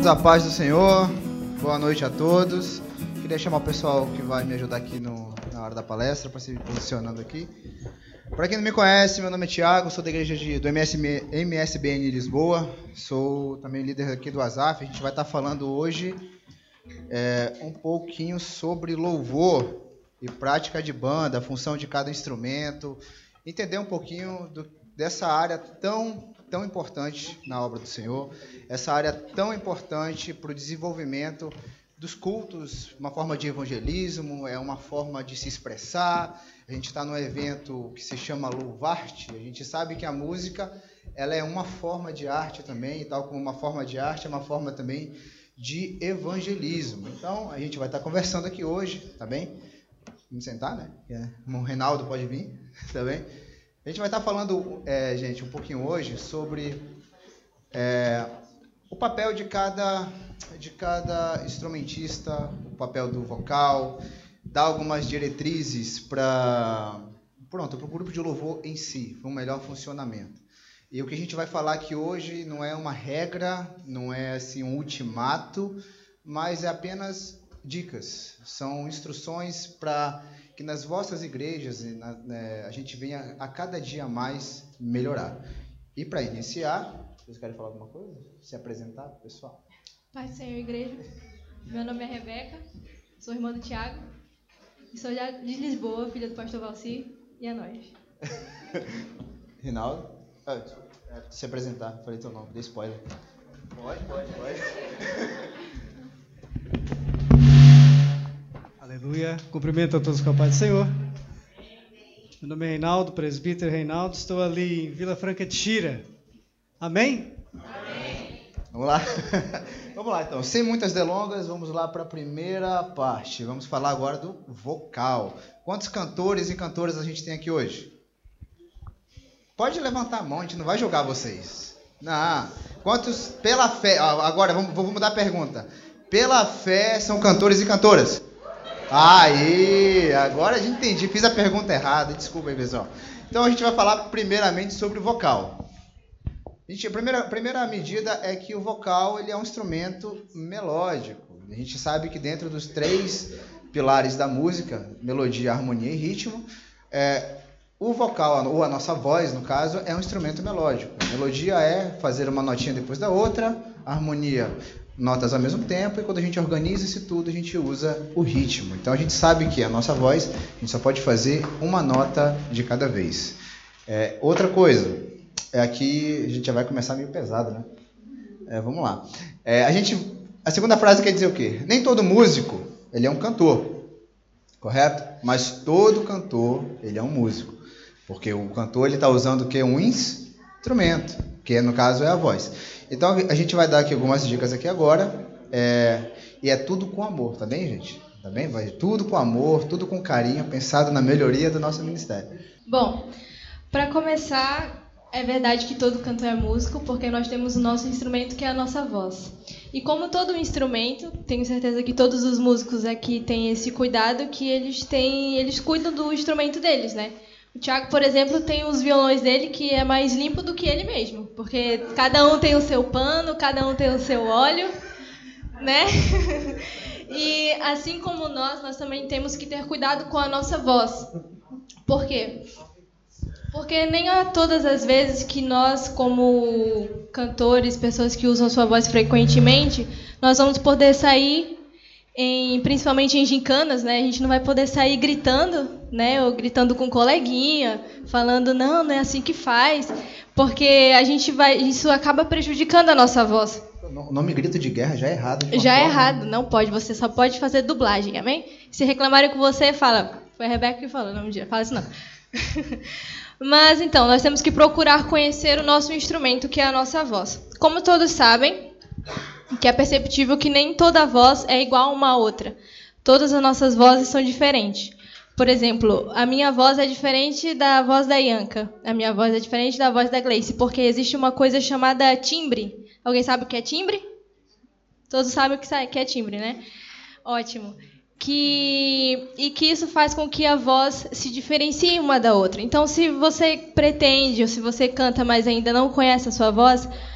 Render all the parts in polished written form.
Queridos, a paz do Senhor, boa noite a todos. Queria chamar o pessoal que vai me ajudar aqui na hora da palestra, para se posicionando aqui. Para quem não me conhece, meu nome é Thiago, sou da igreja do MSBN Lisboa, sou também líder aqui do ASAF. A gente vai estar falando hoje um pouquinho sobre louvor e prática de banda, a função de cada instrumento, entender um pouquinho dessa área tão importante na obra do Senhor, essa área tão importante para o desenvolvimento dos cultos, uma forma de evangelismo, é uma forma de se expressar. A gente está num evento que se chama Louvarte. A gente sabe que a música ela é uma forma de arte também, e tal como uma forma de arte, é uma forma também de evangelismo. Então, a gente vai estar conversando aqui hoje, tá bem? Vamos sentar, né? O Reinaldo pode vir, tá bem? A gente vai estar falando, gente, um pouquinho hoje sobre o papel de cada instrumentista, o papel do vocal, dar algumas diretrizes para o grupo de louvor em si, para um melhor funcionamento. E o que a gente vai falar aqui hoje não é uma regra, não é assim um ultimato, mas é apenas dicas, são instruções para que nas vossas igrejas a gente venha a cada dia mais melhorar. E para iniciar, vocês querem falar alguma coisa? Se apresentar, pessoal? Pai do Senhor, igreja. Meu nome é Rebeca, sou irmã do Thiago, e sou de Lisboa, filha do pastor Valci, e é nóis. Reinaldo? Se apresentar, falei teu nome, dei spoiler. Pode. Aleluia. Cumprimento a todos com a paz do Senhor. Meu nome é Reinaldo, presbítero Reinaldo. Estou ali em Vila Franca de Xira. Amém? Amém. Vamos lá. Vamos lá, então. Sem muitas delongas, vamos lá para a primeira parte. Vamos falar agora do vocal. Quantos cantores e cantoras a gente tem aqui hoje? Pode levantar a mão, a gente não vai julgar vocês. Não. Quantos, pela fé... Agora, vou mudar a pergunta. Pela fé, são cantores e cantoras? Aí, agora a gente entendi, fiz a pergunta errada, desculpa aí, pessoal. Então a gente vai falar primeiramente sobre o vocal. A primeira medida é que o vocal ele é um instrumento melódico. A gente sabe que dentro dos 3 pilares da música, melodia, harmonia e ritmo, o vocal, ou a nossa voz, no caso, é um instrumento melódico. A melodia é fazer uma notinha depois da outra, a harmonia, notas ao mesmo tempo, e quando a gente organiza isso tudo, a gente usa o ritmo. Então a gente sabe que a nossa voz, a gente só pode fazer uma nota de cada vez. Outra coisa, aqui a gente já vai começar meio pesado, né? Vamos lá. A segunda frase quer dizer o quê? Nem todo músico, ele é um cantor, correto? Mas todo cantor, ele é um músico. Porque o cantor, ele está usando o quê? Um instrumento, que no caso é a voz. Então a gente vai dar aqui algumas dicas aqui agora, e é tudo com amor, tá bem, gente? Tá bem? Vai tudo com amor, tudo com carinho, pensado na melhoria do nosso ministério. Bom, para começar, é verdade que todo cantor é músico, porque nós temos o nosso instrumento, que é a nossa voz. E como todo instrumento, tenho certeza que todos os músicos aqui têm esse cuidado, que eles cuidam do instrumento deles, né? O Thiago, por exemplo, tem os violões dele que é mais limpo do que ele mesmo, porque cada um tem o seu pano, cada um tem o seu óleo, né? E assim como nós também temos que ter cuidado com a nossa voz. Por quê? Porque nem a todas as vezes que nós, como cantores, pessoas que usam sua voz frequentemente, nós vamos poder sair, principalmente em gincanas, né? A gente não vai poder sair gritando, né? Ou gritando com um coleguinha, falando, não é assim que faz, porque isso acaba prejudicando a nossa voz. O nome grito de guerra já é errado. Já é errado, não pode, você só pode fazer dublagem, amém? Se reclamarem com você, fala, foi a Rebeca que falou, não, mentira, fala isso não. Mas então, nós temos que procurar conhecer o nosso instrumento, que é a nossa voz. Como todos sabem, que é perceptível que nem toda voz é igual uma a outra. Todas as nossas vozes são diferentes. Por exemplo, a minha voz é diferente da voz da Ianca. A minha voz é diferente da voz da Gleice, porque existe uma coisa chamada timbre. Alguém sabe o que é timbre? Todos sabem o que é timbre, né? Ótimo. E que isso faz com que a voz se diferencie uma da outra. Então, se você pretende, ou se você canta, mas ainda não conhece a sua voz,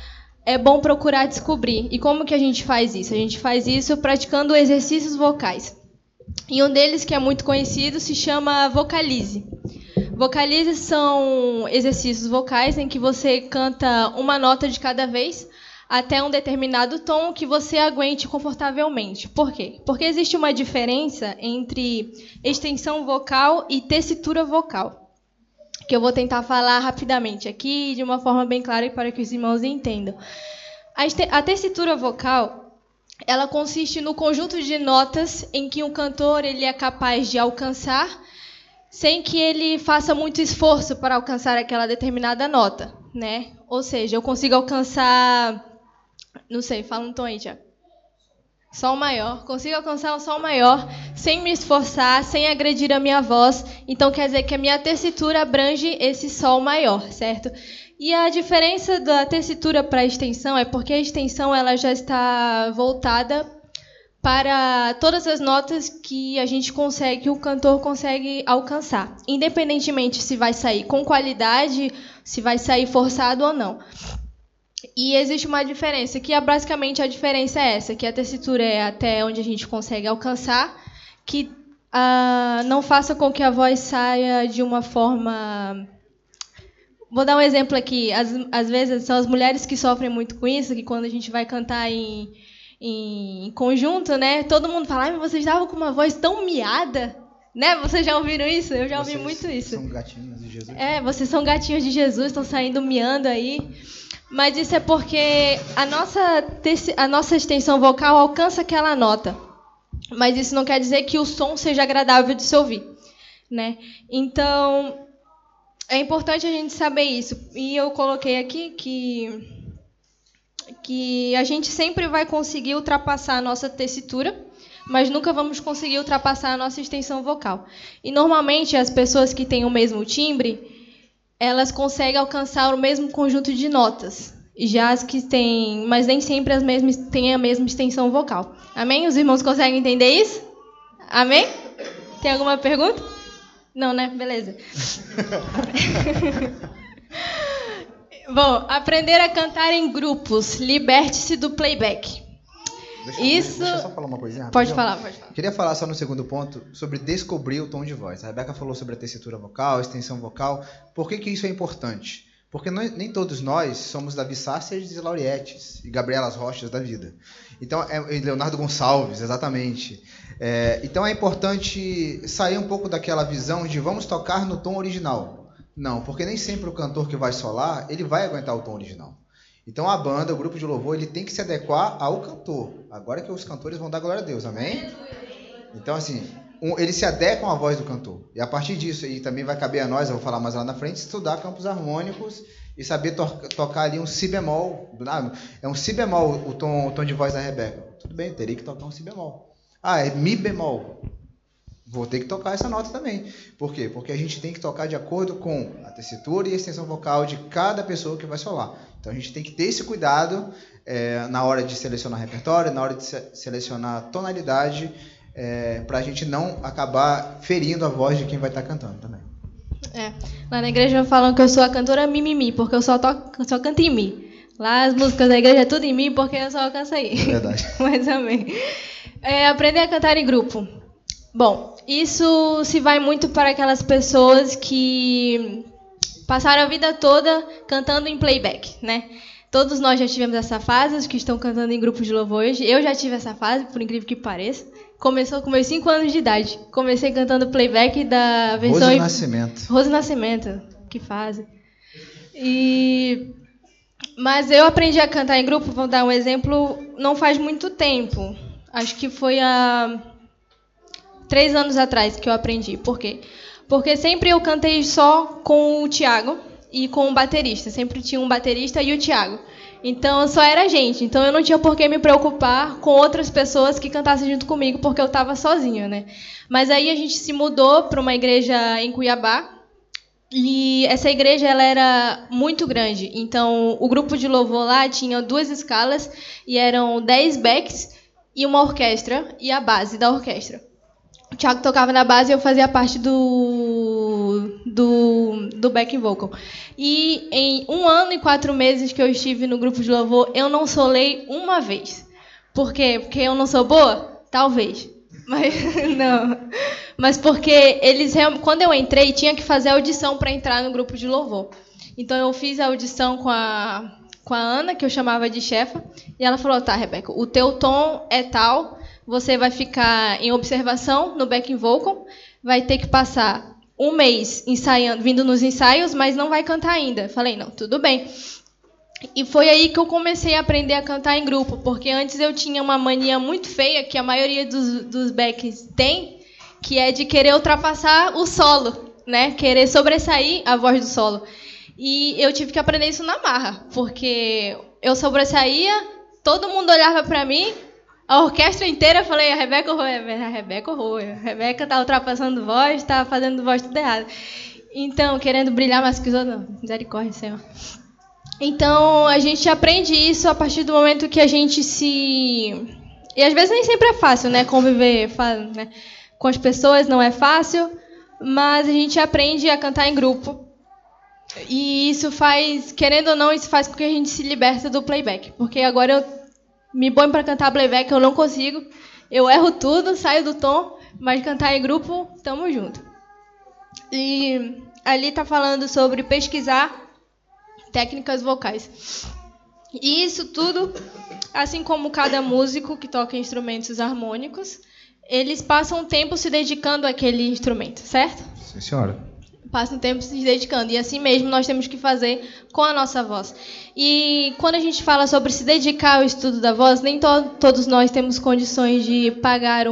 é bom procurar descobrir. E como que a gente faz isso? A gente faz isso praticando exercícios vocais. E um deles, que é muito conhecido, se chama Vocalize. Vocalize são exercícios vocais em que você canta uma nota de cada vez até um determinado tom que você aguente confortavelmente. Por quê? Porque existe uma diferença entre extensão vocal e tessitura vocal, que eu vou tentar falar rapidamente aqui, de uma forma bem clara para que os irmãos entendam. A tessitura vocal, ela consiste no conjunto de notas em que um cantor ele é capaz de alcançar sem que ele faça muito esforço para alcançar aquela determinada nota, né? Ou seja, eu consigo alcançar, não sei, fala um tom aí, Tiago. Sol maior. Consigo alcançar um sol maior sem me esforçar, sem agredir a minha voz. Então quer dizer que a minha tessitura abrange esse sol maior, certo? E a diferença da tessitura para a extensão é porque a extensão ela já está voltada para todas as notas que a gente consegue, que o cantor consegue alcançar, independentemente se vai sair com qualidade, se vai sair forçado ou não. E existe uma diferença, que basicamente a diferença é essa, que a tessitura é até onde a gente consegue alcançar, que não faça com que a voz saia de uma forma... Vou dar um exemplo aqui. Às vezes são as mulheres que sofrem muito com isso, que quando a gente vai cantar em conjunto, né? Todo mundo fala, mas vocês estavam com uma voz tão miada, né? Vocês já ouviram isso? Eu já ouvi muito isso. Vocês são gatinhos de Jesus. Vocês são gatinhos de Jesus, estão saindo miando aí. Mas isso é porque a nossa extensão vocal alcança aquela nota. Mas isso não quer dizer que o som seja agradável de se ouvir, né? Então, é importante a gente saber isso. E eu coloquei aqui que a gente sempre vai conseguir ultrapassar a nossa tessitura, mas nunca vamos conseguir ultrapassar a nossa extensão vocal. E, normalmente, as pessoas que têm o mesmo timbre, elas conseguem alcançar o mesmo conjunto de notas. Já as que têm... Mas nem sempre as mesmas têm a mesma extensão vocal. Amém? Os irmãos conseguem entender isso? Amém? Tem alguma pergunta? Não, né? Beleza. Bom, aprender a cantar em grupos. Liberte-se do playback. Deixa eu só falar uma coisinha. Pode falar. Queria falar só no segundo ponto sobre descobrir o tom de voz. A Rebeca falou sobre a tessitura vocal, a extensão vocal. Por que isso é importante? Porque nem todos nós somos Davi Sáceres e Laurietes e Gabrielas Rochas da vida. Então, Leonardo Gonçalves, exatamente. Então é importante sair um pouco daquela visão de vamos tocar no tom original. Não, porque nem sempre o cantor que vai solar, ele vai aguentar o tom original. Então a banda, o grupo de louvor, ele tem que se adequar ao cantor. Agora que os cantores vão dar glória a Deus, amém? Então assim, eles se adequam à voz do cantor. E a partir disso, e também vai caber a nós, eu vou falar mais lá na frente, estudar campos harmônicos e saber tocar ali um si bemol. É um si bemol o tom de voz da Rebeca. Tudo bem, teria que tocar um si bemol. É mi bemol. Vou ter que tocar essa nota também. Por quê? Porque a gente tem que tocar de acordo com a tessitura e a extensão vocal de cada pessoa que vai solar. Então a gente tem que ter esse cuidado na hora de selecionar repertório, na hora de selecionar tonalidade, para a gente não acabar ferindo a voz de quem vai estar cantando também. Lá na igreja falam que eu sou a cantora mimimi, porque eu só canto em mi. Lá as músicas da igreja é tudo em mi, porque eu só alcanço aí. É verdade. Mas amém. Aprender a cantar em grupo. Bom, isso se vai muito para aquelas pessoas que passaram a vida toda cantando em playback, né? Todos nós já tivemos essa fase, os que estão cantando em grupos de louvor hoje. Eu já tive essa fase, por incrível que pareça. Começou com meus 5 anos de idade. Comecei cantando playback da versão... Rose Nascimento, que fase. Mas eu aprendi a cantar em grupo, vou dar um exemplo, não faz muito tempo. Acho que foi há 3 anos atrás que eu aprendi. Por quê? Porque sempre eu cantei só com o Tiago e com o baterista. Sempre tinha um baterista e o Tiago. Então, só era gente. Então, eu não tinha por que me preocupar com outras pessoas que cantassem junto comigo, porque eu estava sozinha, né? Mas aí a gente se mudou para uma igreja em Cuiabá. E essa igreja ela era muito grande. Então, o grupo de louvor lá tinha 2 escalas e eram 10 backs e uma orquestra e a base da orquestra. O Thiago tocava na base e eu fazia parte do do backing vocal. E em 1 ano e 4 meses que eu estive no grupo de louvor, eu não solei uma vez. Por quê? Porque eu não sou boa? Talvez. Mas não. Mas porque quando eu entrei, tinha que fazer audição para entrar no grupo de louvor. Então eu fiz a audição com a Ana, que eu chamava de chefa, e ela falou: tá, Rebeca, o teu tom é tal, você vai ficar em observação no backing vocal, vai ter que passar 1 mês ensaiando, vindo nos ensaios, mas não vai cantar ainda. Falei: não, tudo bem. E foi aí que eu comecei a aprender a cantar em grupo, porque antes eu tinha uma mania muito feia, que a maioria dos backs tem, que é de querer ultrapassar o solo, né? Querer sobressair a voz do solo. E eu tive que aprender isso na marra, porque eu sobressaía, todo mundo olhava para mim, a orquestra inteira, eu falei: a Rebeca errou, a Rebeca tá ultrapassando voz, tá fazendo voz tudo errado. Então, querendo brilhar mais que os outros, não, misericórdia, Senhor. Então, a gente aprende isso a partir do momento que a gente se... E às vezes nem sempre é fácil, né? Conviver né? Com as pessoas não é fácil, mas a gente aprende a cantar em grupo. E isso faz, querendo ou não, isso faz com que a gente se liberte do playback. Porque agora eu me ponho para cantar playback, eu não consigo. Eu erro tudo, saio do tom, mas cantar em grupo, tamo junto. E ali tá falando sobre pesquisar técnicas vocais. E isso tudo, assim como cada músico que toca instrumentos harmônicos, eles passam tempo se dedicando àquele instrumento, certo? Sim, senhora. Passam tempo se dedicando. E assim mesmo nós temos que fazer com a nossa voz. E quando a gente fala sobre se dedicar ao estudo da voz, nem todos nós temos condições de pagar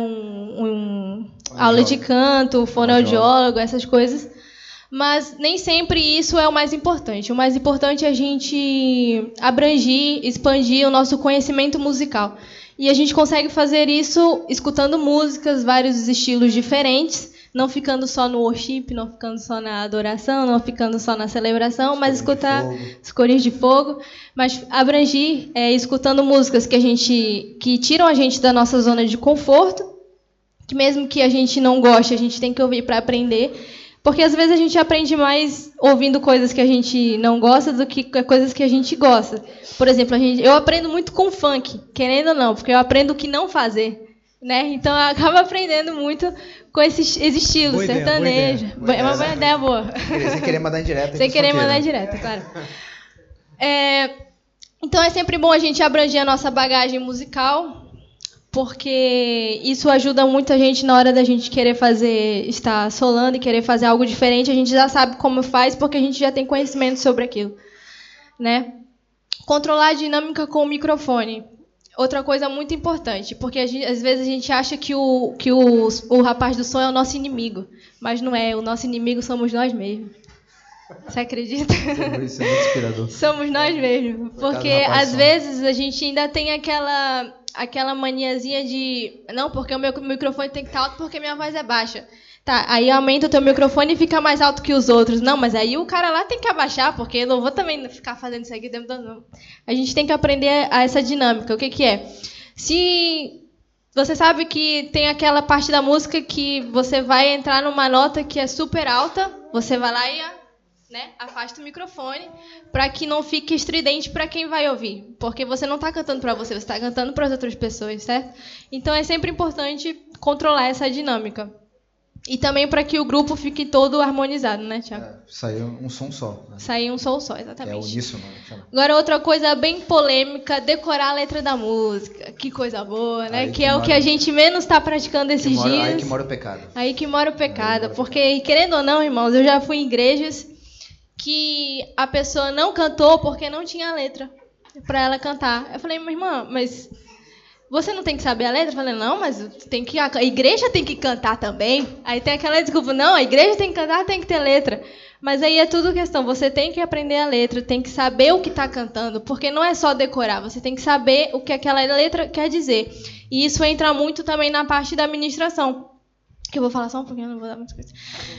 aula de canto, fonoaudiólogo, essas coisas. Mas nem sempre isso é o mais importante. O mais importante é a gente abrangir, expandir o nosso conhecimento musical. E a gente consegue fazer isso escutando músicas, vários estilos diferentes, não ficando só no worship, não ficando só na adoração, não ficando só na celebração, mas escutar os corinhos de fogo, mas abrangir, escutando músicas que tiram a gente da nossa zona de conforto, que mesmo que a gente não goste, a gente tem que ouvir para aprender. Porque às vezes a gente aprende mais ouvindo coisas que a gente não gosta do que coisas que a gente gosta. Por exemplo, eu aprendo muito com funk, querendo ou não, porque eu aprendo o que não fazer. Né? Então eu acabo aprendendo muito com esses estilos, sertanejo. É uma boa ideia boa. Sem querer mandar indireta. Sem querer mandar indireta, claro. Então é sempre bom a gente abranger a nossa bagagem musical, porque isso ajuda muito a gente na hora da gente querer estar solando e querer fazer algo diferente. A gente já sabe como faz, porque a gente já tem conhecimento sobre aquilo. Né? Controlar a dinâmica com o microfone. Outra coisa muito importante, porque às vezes a gente acha que o rapaz do som é o nosso inimigo, mas não é. O nosso inimigo somos nós mesmos. Você acredita? Isso é muito inspirador. Somos nós mesmos. Porque às vezes a gente ainda tem aquela maniazinha de... Não, porque o meu microfone tem que estar alto porque minha voz é baixa. Tá, aí aumenta o teu microfone e fica mais alto que os outros. Não, mas aí o cara lá tem que abaixar, porque eu não vou também ficar fazendo isso aqui. A gente tem que aprender essa dinâmica. O que é? Se você sabe que tem aquela parte da música que você vai entrar numa nota que é super alta, você vai lá e afasta o microfone para que não fique estridente para quem vai ouvir. Porque você não está cantando para você está cantando para as outras pessoas, certo? Então é sempre importante controlar essa dinâmica. E também para que o grupo fique todo harmonizado, né, Thiago? Sair um som só. Né? Sair um som só, exatamente. É uníssono. Agora, outra coisa bem polêmica, decorar a letra da música. Que coisa boa, né? Que é o que a gente menos está praticando esses dias. Aí que mora o pecado. Aí que mora o pecado. Porque, querendo ou não, irmãos, eu já fui em igrejas que a pessoa não cantou porque não tinha letra para ela cantar. Eu falei: minha irmã, mas... Você não tem que saber a letra? Eu falei: não, mas a igreja tem que cantar também. Aí tem aquela desculpa: não, a igreja tem que cantar, tem que ter letra. Mas aí é tudo questão, você tem que aprender a letra, tem que saber o que está cantando, porque não é só decorar, você tem que saber o que aquela letra quer dizer. E isso entra muito também na parte da ministração. Que eu vou falar só um pouquinho, não vou dar muitas coisas.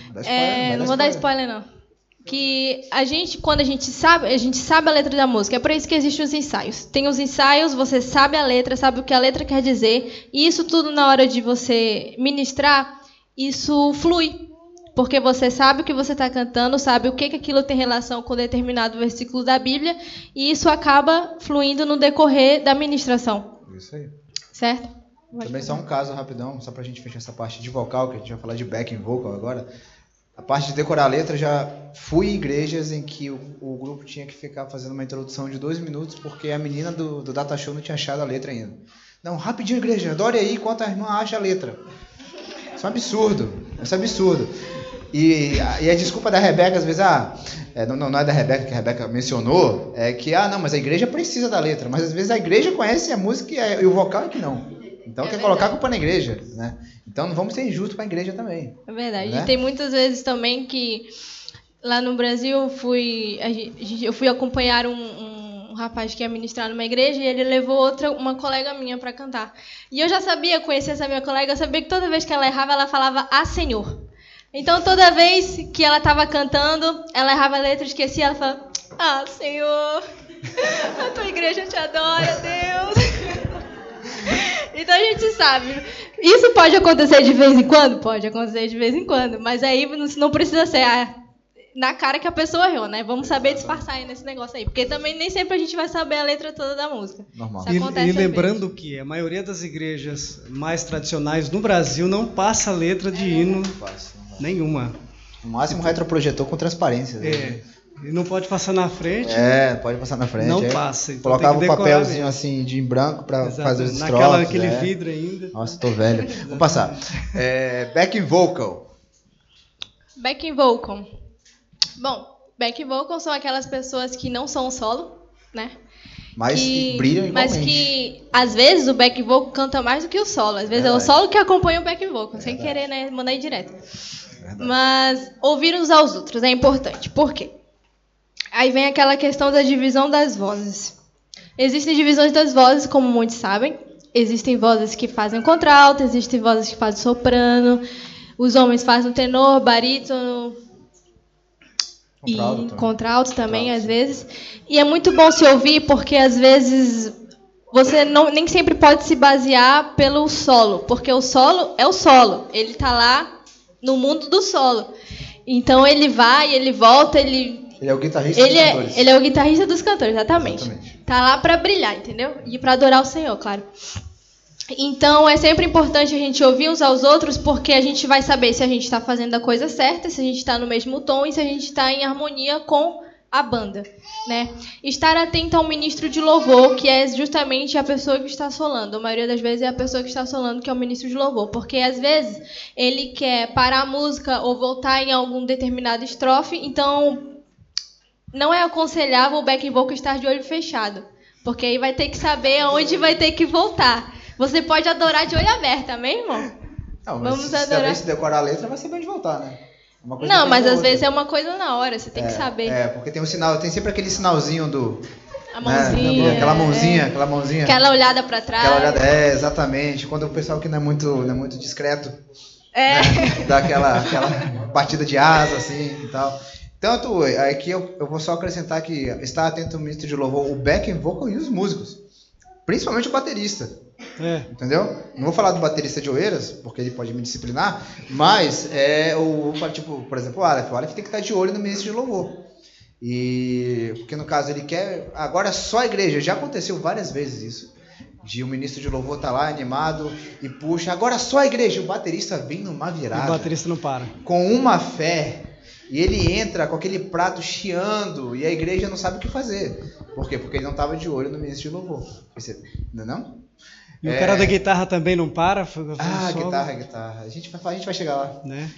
Não vou dar spoiler, não. Que quando a gente sabe a letra da música. É por isso que existem os ensaios. Tem os ensaios, você sabe a letra, sabe o que a letra quer dizer. E isso tudo, na hora de você ministrar, isso flui. porque você sabe o que você está cantando, sabe o que aquilo tem relação com determinado versículo da Bíblia, e isso acaba fluindo no decorrer da ministração. Isso aí. Certo? Também só um caso rapidão, só pra gente fechar essa parte de vocal, que a gente vai falar de backing vocal agora. A parte de decorar a letra, já fui em igrejas em que o grupo tinha que ficar fazendo uma introdução de 2 minutos, porque a menina do Data Show não tinha achado a letra ainda. Não, rapidinho, igreja, adore aí enquanto a irmã acha a letra. Isso é um absurdo, isso é absurdo. E a desculpa da Rebeca, às vezes, não é da Rebeca, que a Rebeca mencionou, é que, não, mas a igreja precisa da letra, mas às vezes a igreja conhece a música e o vocal é que não. Então quer colocar a culpa na igreja, né? Então não vamos ser injustos com a igreja também. É verdade. Né? E tem muitas vezes também que lá no Brasil eu fui acompanhar um rapaz que ia ministrar numa igreja e ele levou uma colega minha para cantar. E eu já conhecia essa minha colega, eu sabia que toda vez que ela errava, ela falava "Ah, Senhor". Então toda vez que ela estava cantando, ela errava a letra, esquecia, ela falava "Ah, Senhor, a tua igreja te adora, Deus". Então a gente sabe, isso pode acontecer de vez em quando? Pode acontecer de vez em quando, mas aí não precisa ser na cara que a pessoa errou, né? Vamos saber disfarçar aí nesse negócio aí, porque também nem sempre a gente vai saber a letra toda da música. Normal. Isso acontece e lembrando que a maioria das igrejas mais tradicionais no Brasil não passa letra de hino nenhuma. No máximo retroprojetor com transparência. Né? E não pode passar na frente. Pode passar na frente. Não passa. Então colocava um papelzinho mesmo. Assim de branco para fazer os estrofes. Naquele vidro ainda. Nossa, tô velho. Vamos passar. Backing vocal. Backing vocal. Bom, backing vocal são aquelas pessoas que não são solo, né? Mas que brilham igualmente. Mas que, às vezes, o backing vocal canta mais do que o solo. Às vezes é o solo que acompanha o backing vocal, sem querer, né, mandar ir direto. Mas ouvir uns aos outros é importante. Por quê? Aí vem aquela questão da divisão das vozes. Existem divisões das vozes, como muitos sabem. Existem vozes que fazem contralto, existem vozes que fazem soprano. Os homens fazem tenor, barítono e contralto também, às vezes. E é muito bom se ouvir, porque às vezes você nem sempre pode se basear pelo solo, porque o solo é o solo. Ele está lá no mundo do solo. Então ele vai, ele volta, ele é o guitarrista dos cantores. Ele é o guitarrista dos cantores, exatamente. Tá lá para brilhar, entendeu? E para adorar o Senhor, claro. Então é sempre importante a gente ouvir uns aos outros, porque a gente vai saber se a gente está fazendo a coisa certa, se a gente está no mesmo tom e se a gente está em harmonia com a banda, né? Estar atento ao ministro de louvor, que é justamente a pessoa que está solando. A maioria das vezes é a pessoa que está solando que é o ministro de louvor, porque às vezes ele quer parar a música ou voltar em algum determinado estrofe, então não é aconselhável o backing vocal estar de olho fechado, porque aí vai ter que saber aonde vai ter que voltar. Você pode adorar de olho aberto, amém, irmão? Não, mas vamos adorar. Se decorar a letra, vai saber onde voltar, né? Não, mas às vezes é uma coisa na hora, você tem que saber. Porque tem um sinal, tem sempre aquele sinalzinho do... A mãozinha. Aquela mãozinha. Aquela olhada pra trás. Aquela olhada, exatamente. Quando o pessoal que não é muito discreto, né, dá aquela batida de asa, assim, e tal. Tanto, aqui eu vou só acrescentar que está atento ao ministro de louvor, o backing vocal e os músicos. Principalmente o baterista. Entendeu? Não vou falar do baterista de Oeiras, porque ele pode me disciplinar, mas por exemplo, o Aleph tem que estar de olho no ministro de louvor. Porque no caso ele quer, agora só a igreja, já aconteceu várias vezes isso, de o ministro de louvor estar lá animado e puxa, agora só a igreja, o baterista vem numa virada. O baterista não para. Com uma fé, e ele entra com aquele prato chiando, e a igreja não sabe o que fazer. Por quê? Porque ele não estava de olho no ministro de louvor. Não? E o cara da guitarra também não para? Guitarra. A gente vai chegar lá. Né?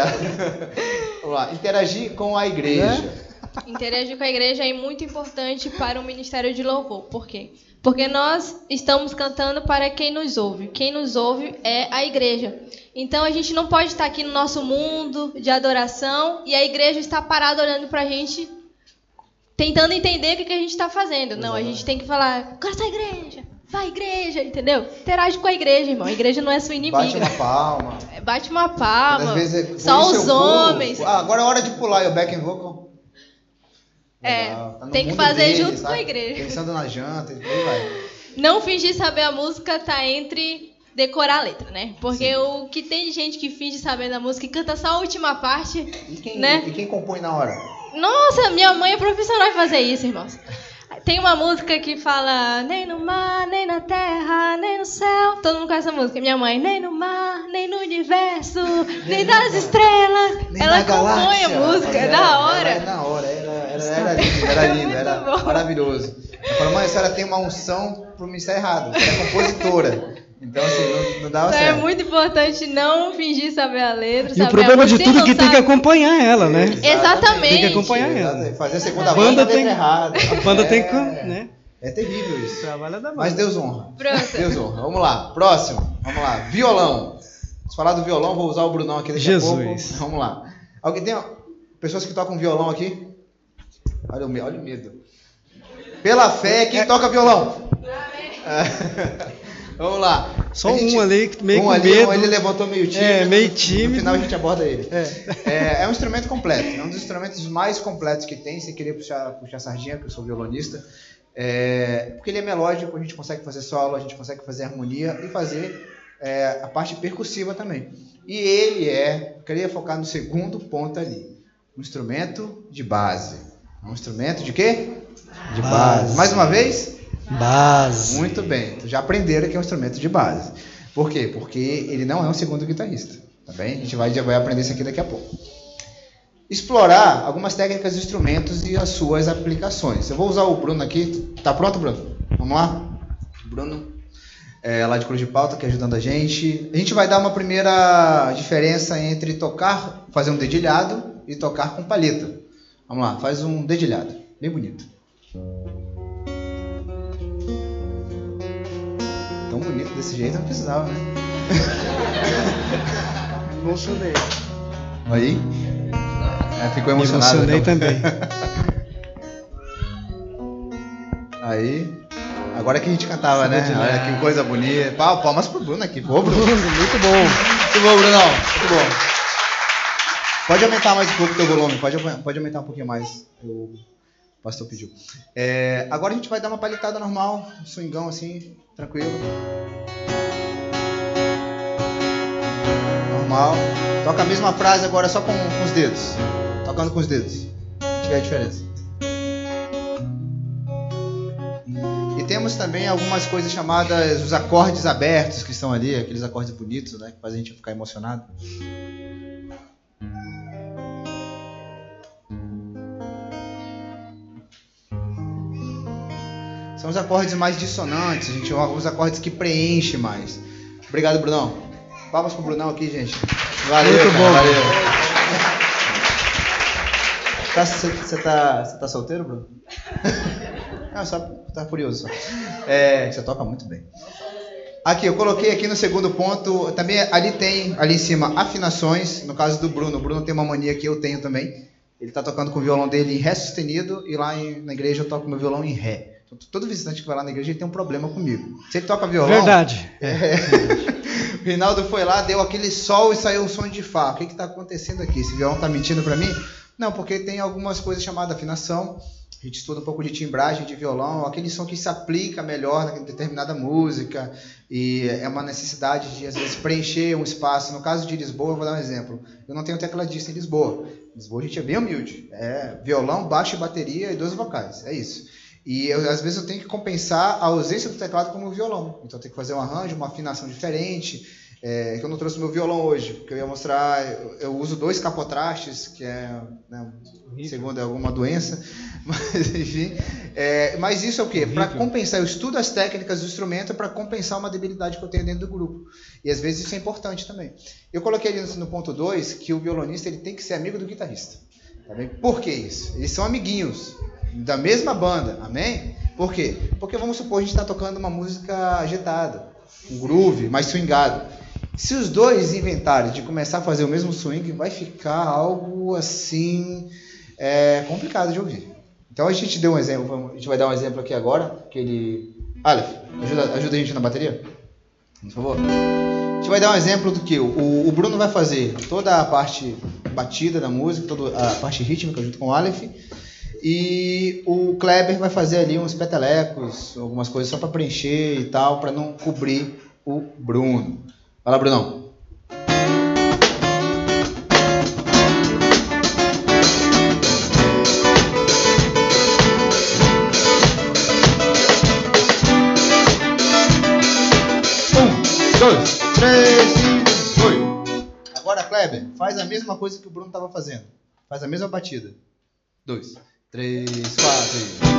Vamos lá. Interagir com a igreja. Interagir com a igreja é muito importante para o ministério de louvor. Por quê? Porque nós estamos cantando para quem nos ouve. Quem nos ouve é a igreja. Então a gente não pode estar aqui no nosso mundo de adoração e a igreja está parada olhando para a gente, tentando entender o que a gente está fazendo. Não, a gente tem que falar, agora sai igreja. Vai, igreja, entendeu? Interage com a igreja, irmão. A igreja não é sua inimiga. Bate uma palma. Às vezes, só os homens. Agora é hora de pular. E o backing vocal? Tá tem que fazer dele, junto, sabe? Com a igreja. Pensando na janta e aí vai. Não fingir saber a música tá entre decorar a letra, né? Porque o que tem de gente que finge saber da música e canta só a última parte, E quem compõe na hora? Nossa, minha mãe é profissional em fazer isso, irmãos. Tem uma música que fala nem no mar, nem na terra, nem no céu. Todo mundo conhece essa música. Minha mãe, nem no mar, nem no universo, nem nas estrelas. Nem ela na compõe galáxia. a música, é da hora. Era na hora, era lindo, era bom. maravilhoso. Eu falo, mãe, a senhora tem uma unção pro ministério errado, você é compositora. Então, assim, não dava Então certo. é muito importante não fingir saber a letra, E saber o problema a música, de tudo é que tem que lançar- acompanhar ela, né? Exatamente. Tem que acompanhar ela. Exatamente. Fazer a segunda A banda banda tem- errada. A banda tem que, né? É terrível isso. Trabalha da banda. Mas Deus honra. Pronto. Deus honra. Vamos lá. Próximo. Vamos lá. Violão. Se falar do violão, vou usar o Brunão aqui daqui a pouco. Vamos lá. Alguém tem pessoas que tocam violão aqui? Olha o medo. Pela fé, quem toca violão? Vamos lá. Só um ali, meio com ali, medo. ele levantou meio tímido. É, meio tímido. No final a gente aborda ele. É um instrumento completo. É um dos instrumentos mais completos que tem, sem querer puxar sardinha, porque eu sou violonista. Porque ele é melódico, a gente consegue fazer solo, a gente consegue fazer harmonia e fazer a parte percussiva também. E ele queria focar no segundo ponto ali. Um instrumento de base. Um instrumento de quê? De base. Mais uma vez? Base. Muito bem. Já aprenderam que é um instrumento de base. Por quê? Porque ele não é um segundo guitarrista. Tá bem? A gente vai aprender isso aqui daqui a pouco. Explorar algumas técnicas de instrumentos e as suas aplicações. Eu vou usar o Bruno aqui. Tá pronto, Bruno? Vamos lá? Bruno, lá de Cruz de Pauta, que ajudando a gente. A gente vai dar uma primeira diferença entre fazer um dedilhado e tocar com palheta. Vamos lá, faz um dedilhado. Bem bonito. Tão bonito desse jeito não precisava, né? Emocionei. Aí? Ficou Me emocionado. emocionei então. também. Aí. Agora que a gente cantava, né? Olha que coisa bonita. Palmas pro Bruno aqui. Pô, Bruno. Muito bom. Muito bom, Brunão. Muito bom. Pode aumentar mais um pouco o teu volume. Pode aumentar um pouquinho mais. O pastor pediu. Agora a gente vai dar uma palhetada normal. Um swingão assim. Tranquilo. Normal. Toca a mesma frase agora só com os dedos. Tocando com os dedos. Deixa eu ver a diferença. E temos também algumas coisas chamadas os acordes abertos que estão ali, aqueles acordes bonitos, né, que fazem a gente ficar emocionado. São os acordes mais dissonantes, gente, os acordes que preenchem mais. Obrigado, Brunão. Palmas pro Brunão aqui, gente. Valeu, muito cara, bom. valeu. Você tá solteiro, Bruno? Não, só tá curioso. Você toca muito bem. Aqui, eu coloquei aqui no segundo ponto, também ali em cima, afinações, no caso do Bruno. O Bruno tem uma mania que eu tenho também. Ele tá tocando com o violão dele em Ré sustenido e lá na igreja eu toco meu violão em Ré. Então, todo visitante que vai lá na igreja ele tem um problema comigo. Se ele toca violão... Verdade. O Reinaldo foi lá, deu aquele sol e saiu um som de Fá. O que está acontecendo aqui? Esse violão está mentindo para mim? Não, porque tem algumas coisas chamadas afinação. A gente estuda um pouco de timbragem de violão, aquele som que se aplica melhor em determinada música e é uma necessidade de, às vezes, preencher um espaço. No caso de Lisboa, eu vou dar um exemplo. Eu não tenho tecladista em Lisboa. Em Lisboa a gente é bem humilde. Violão, baixo e bateria e 2 vocais. É isso. E às vezes eu tenho que compensar a ausência do teclado com o violão. Então eu tenho que fazer um arranjo, uma afinação diferente. Que eu não trouxe meu violão hoje, porque eu ia mostrar. Eu uso 2 capotrastes, que segundo alguma doença. Mas enfim. Mas isso é o quê? Para compensar. Eu estudo as técnicas do instrumento para compensar uma debilidade que eu tenho dentro do grupo. E às vezes isso é importante também. Eu coloquei ali no ponto 2 que o violonista ele tem que ser amigo do guitarrista. Tá bem? Por que isso? Eles são amiguinhos da mesma banda, amém? Por quê? Porque vamos supor a gente está tocando uma música agitada, um groove, mais swingado. Se os dois inventarem de começar a fazer o mesmo swing, vai ficar algo assim complicado de ouvir. Então a gente deu um exemplo, a gente vai dar um exemplo aqui agora, que ele... Aleph, ajuda a gente na bateria, por favor. A gente vai dar um exemplo do que o Bruno vai fazer toda a parte batida da música, toda a parte rítmica junto com o Aleph. E o Kleber vai fazer ali uns petelecos, algumas coisas só para preencher e tal, para não cobrir o Bruno. Fala, Brunão. Dois, três e foi. Agora, Kleber, faz a mesma coisa que o Bruno estava fazendo. Faz a mesma batida. 2, 3, 4 e...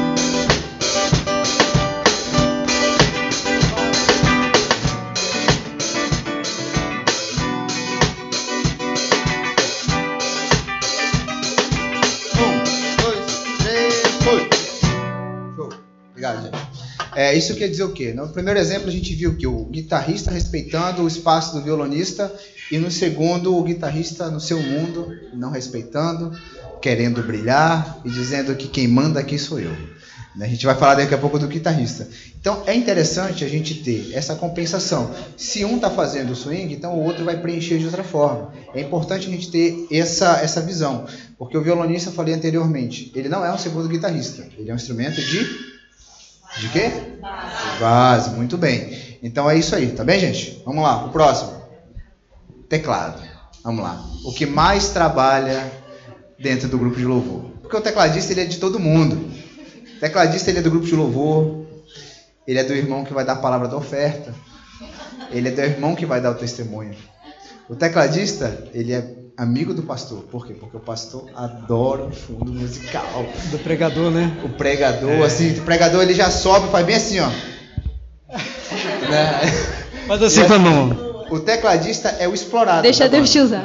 Obrigado, gente. Isso quer dizer o quê? No primeiro exemplo, a gente viu que o guitarrista respeitando o espaço do violonista e no segundo, o guitarrista no seu mundo, não respeitando, querendo brilhar e dizendo que quem manda aqui sou eu. A gente vai falar daqui a pouco do guitarrista. Então, é interessante a gente ter essa compensação. Se um está fazendo o swing, então o outro vai preencher de outra forma. É importante a gente ter essa visão, porque o violonista, eu falei anteriormente, ele não é um segundo guitarrista, ele é um instrumento de quê? Base, muito bem. Então é isso aí, tá bem, gente? Vamos lá, o próximo. Teclado. Vamos lá. O que mais trabalha dentro do grupo de louvor? Porque o tecladista, ele é de todo mundo. O tecladista, ele é do grupo de louvor. Ele é do irmão que vai dar a palavra da oferta. Ele é do irmão que vai dar o testemunho. O tecladista, ele é amigo do pastor. Por quê? Porque o pastor adora o fundo musical. Do pregador, né? O pregador, assim, o pregador ele já sobe, faz bem assim, ó. Faz assim com a mão. O tecladista é o explorado. Deixa Deus te usar.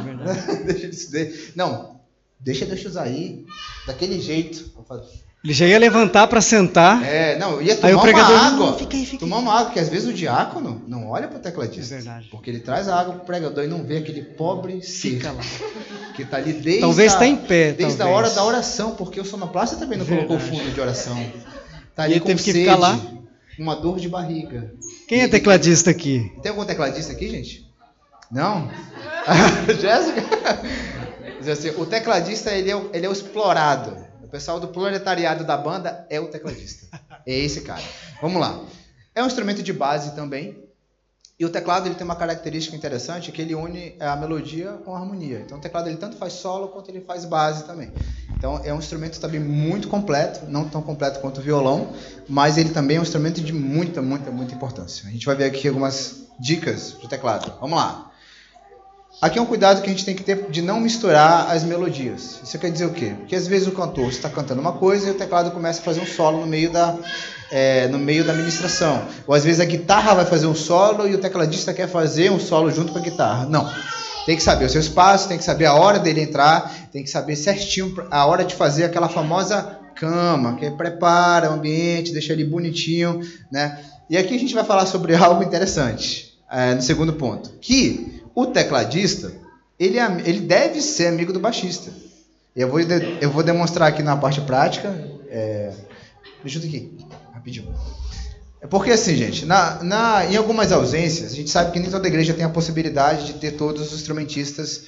Deixa Deus te usar aí, daquele jeito. Ele já ia levantar para sentar. Não, ia tomar uma água. Fica aí. Tomar uma água, porque às vezes o diácono não olha para o tecladista. É verdade. Porque ele traz a água para o pregador e não vê aquele pobre ser que está ali desde talvez está em pé. Desde a hora da oração, porque o sonoplasta também não colocou fundo de oração. Está ali com sede, ficar lá. Uma dor de barriga. Quem é tecladista aqui? Tem algum tecladista aqui, gente? Não? Jéssica? Assim, o tecladista ele é o explorado. O pessoal do proletariado da banda é o tecladista. É esse cara. Vamos lá. É um instrumento de base também. E o teclado ele tem uma característica interessante, que ele une a melodia com a harmonia. Então o teclado ele tanto faz solo quanto ele faz base também. Então é um instrumento também muito completo, não tão completo quanto o violão, mas ele também é um instrumento de muita importância. A gente vai ver aqui algumas dicas para o teclado. Vamos lá. Aqui é um cuidado que a gente tem que ter de não misturar as melodias. Isso quer dizer o quê? Porque às vezes o cantor está cantando uma coisa e o teclado começa a fazer um solo no meio da ministração. Ou às vezes a guitarra vai fazer um solo e o tecladista quer fazer um solo junto com a guitarra. Não. Tem que saber o seu espaço, tem que saber a hora dele entrar, tem que saber certinho a hora de fazer aquela famosa cama, que prepara o ambiente, deixa ele bonitinho, né? E aqui a gente vai falar sobre algo interessante, no segundo ponto, que o tecladista, ele deve ser amigo do baixista. Eu vou demonstrar aqui na parte prática. Deixa eu aqui, rapidinho. Porque assim, gente, em algumas ausências, a gente sabe que nem toda igreja tem a possibilidade de ter todos os instrumentistas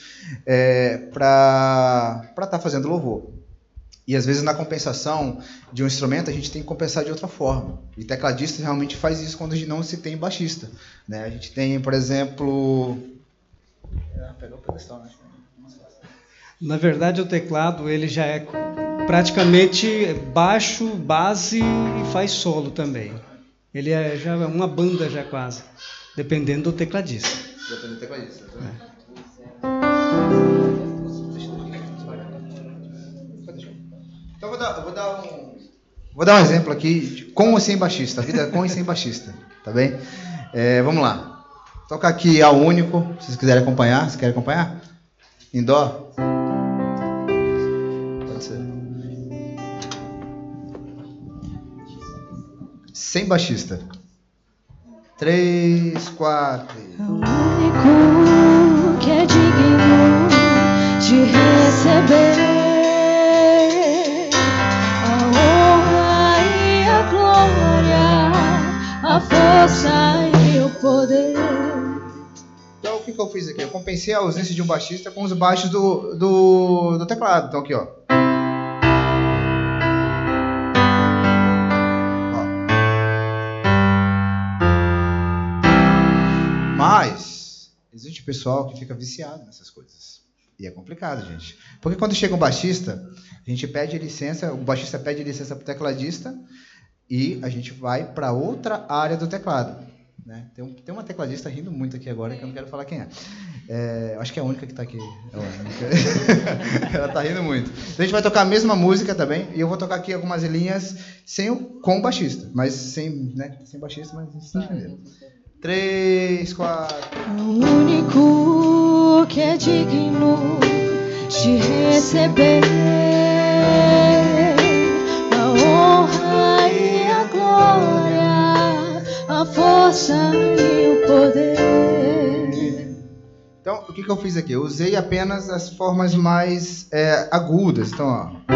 para estar fazendo louvor. E às vezes na compensação de um instrumento a gente tem que compensar de outra forma. E tecladista realmente faz isso quando a gente não se tem baixista, né? A gente tem, por exemplo... Pegou o pedestal, né? Na verdade, o teclado ele já é praticamente baixo, base e faz solo também. Ele já é uma banda já quase, dependendo do tecladista. Dependendo do tecladista. Então vou dar um exemplo aqui de com ou sem baixista, a vida com e sem baixista, tá bem? Vamos lá. Toca aqui ao único, se vocês quiserem acompanhar. Vocês querem acompanhar? Em dó? Pode ser. Sem baixista. 3, 4. O único que é digno de receber a honra e a glória, a força e o poder. Então, o que eu fiz aqui? Eu compensei a ausência de um baixista com os baixos do teclado. Então, aqui, ó. Mas existe pessoal que fica viciado nessas coisas. E é complicado, gente. Porque quando chega um baixista, a gente pede licença, o baixista pede licença para o tecladista e a gente vai para outra área do teclado. Né? Tem uma tecladista rindo muito aqui agora, que eu não quero falar quem é. Acho que é a única que está aqui. Ela está rindo muito. Então a gente vai tocar a mesma música também, e eu vou tocar aqui algumas linhas com o baixista, mas sem baixista, mas vocês entenderam. 3, 4. O único que é digno de receber a honra e a glória, a força e o poder. Então, o que eu fiz aqui? Eu usei apenas as formas mais agudas. Então, ó.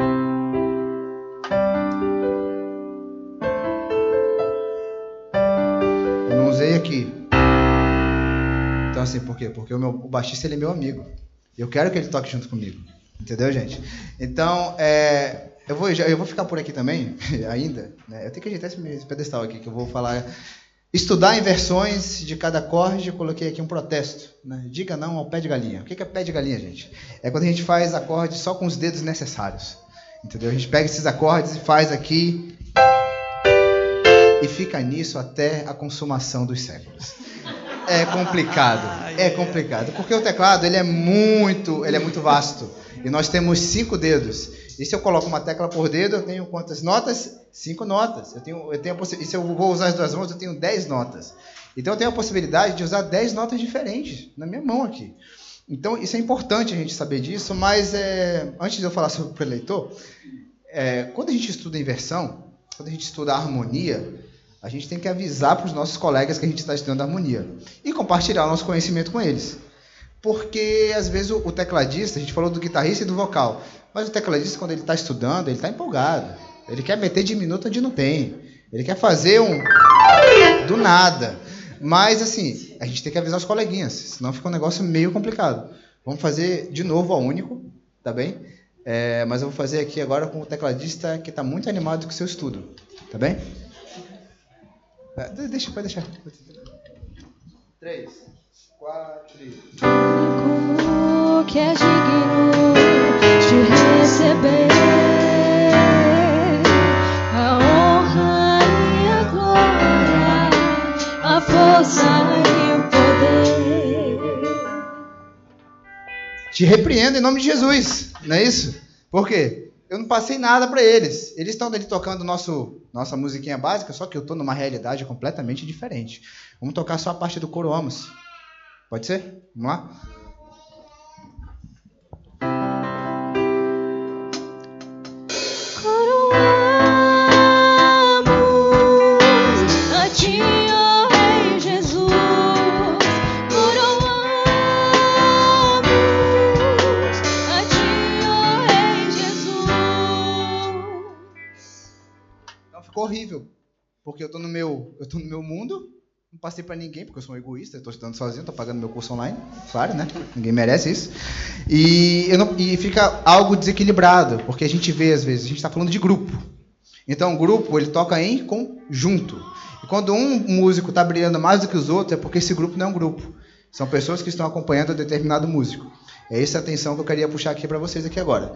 Eu não usei aqui. Então, assim, por quê? Porque o baixista ele é meu amigo. Eu quero que ele toque junto comigo. Entendeu, gente? Então, eu vou ficar por aqui também, ainda. Né? Eu tenho que ajeitar esse pedestal aqui, que eu vou falar. Estudar inversões de cada acorde, eu coloquei aqui um protesto. Né? Diga não ao pé de galinha. O que é pé de galinha, gente? É quando a gente faz acordes só com os dedos necessários. Entendeu? A gente pega esses acordes e faz aqui e fica nisso até a consumação dos séculos. É complicado, porque o teclado ele é muito vasto e nós temos 5 dedos. E se eu coloco uma tecla por dedo, eu tenho quantas notas? 5 notas. E se eu vou usar as 2 mãos, eu tenho 10 notas. Então eu tenho a possibilidade de usar 10 notas diferentes na minha mão aqui. Então isso é importante a gente saber disso, mas antes de eu falar sobre o preleitor, quando a gente estuda inversão, quando a gente estuda a harmonia, a gente tem que avisar para os nossos colegas que a gente está estudando harmonia e compartilhar o nosso conhecimento com eles. Porque, às vezes, o tecladista, a gente falou do guitarrista e do vocal, mas o tecladista, quando ele está estudando, ele está empolgado. Ele quer meter diminuto onde não tem. Ele quer fazer do nada. Mas, assim, a gente tem que avisar os coleguinhas, senão fica um negócio meio complicado. Vamos fazer de novo ao único, tá bem? Mas eu vou fazer aqui agora com o tecladista que está muito animado com o seu estudo, tá bem? Pode deixar. 3, 4 e... O que é digno de receber a honra e a glória, a força e o poder. Te repreendo em nome de Jesus, não é isso? Por quê? Eu não passei nada para eles. Eles estão ali tocando nossa musiquinha básica, só que eu estou numa realidade completamente diferente. Vamos tocar só a parte do coro Amos. Pode ser? Vamos lá? Coro Amos a ti, ó Rei Jesus. Coro Amos a ti, ó Rei Jesus. Não, ficou horrível. Porque eu estou no meu mundo. Não passei para ninguém, porque eu sou um egoísta, estou estudando sozinho, estou pagando meu curso online, claro, né? Ninguém merece isso. E fica algo desequilibrado, porque a gente vê, às vezes, a gente está falando de grupo. Então, o grupo, ele toca em conjunto. E quando um músico está brilhando mais do que os outros, é porque esse grupo não é um grupo. São pessoas que estão acompanhando determinado músico. É essa a atenção que eu queria puxar aqui para vocês aqui agora.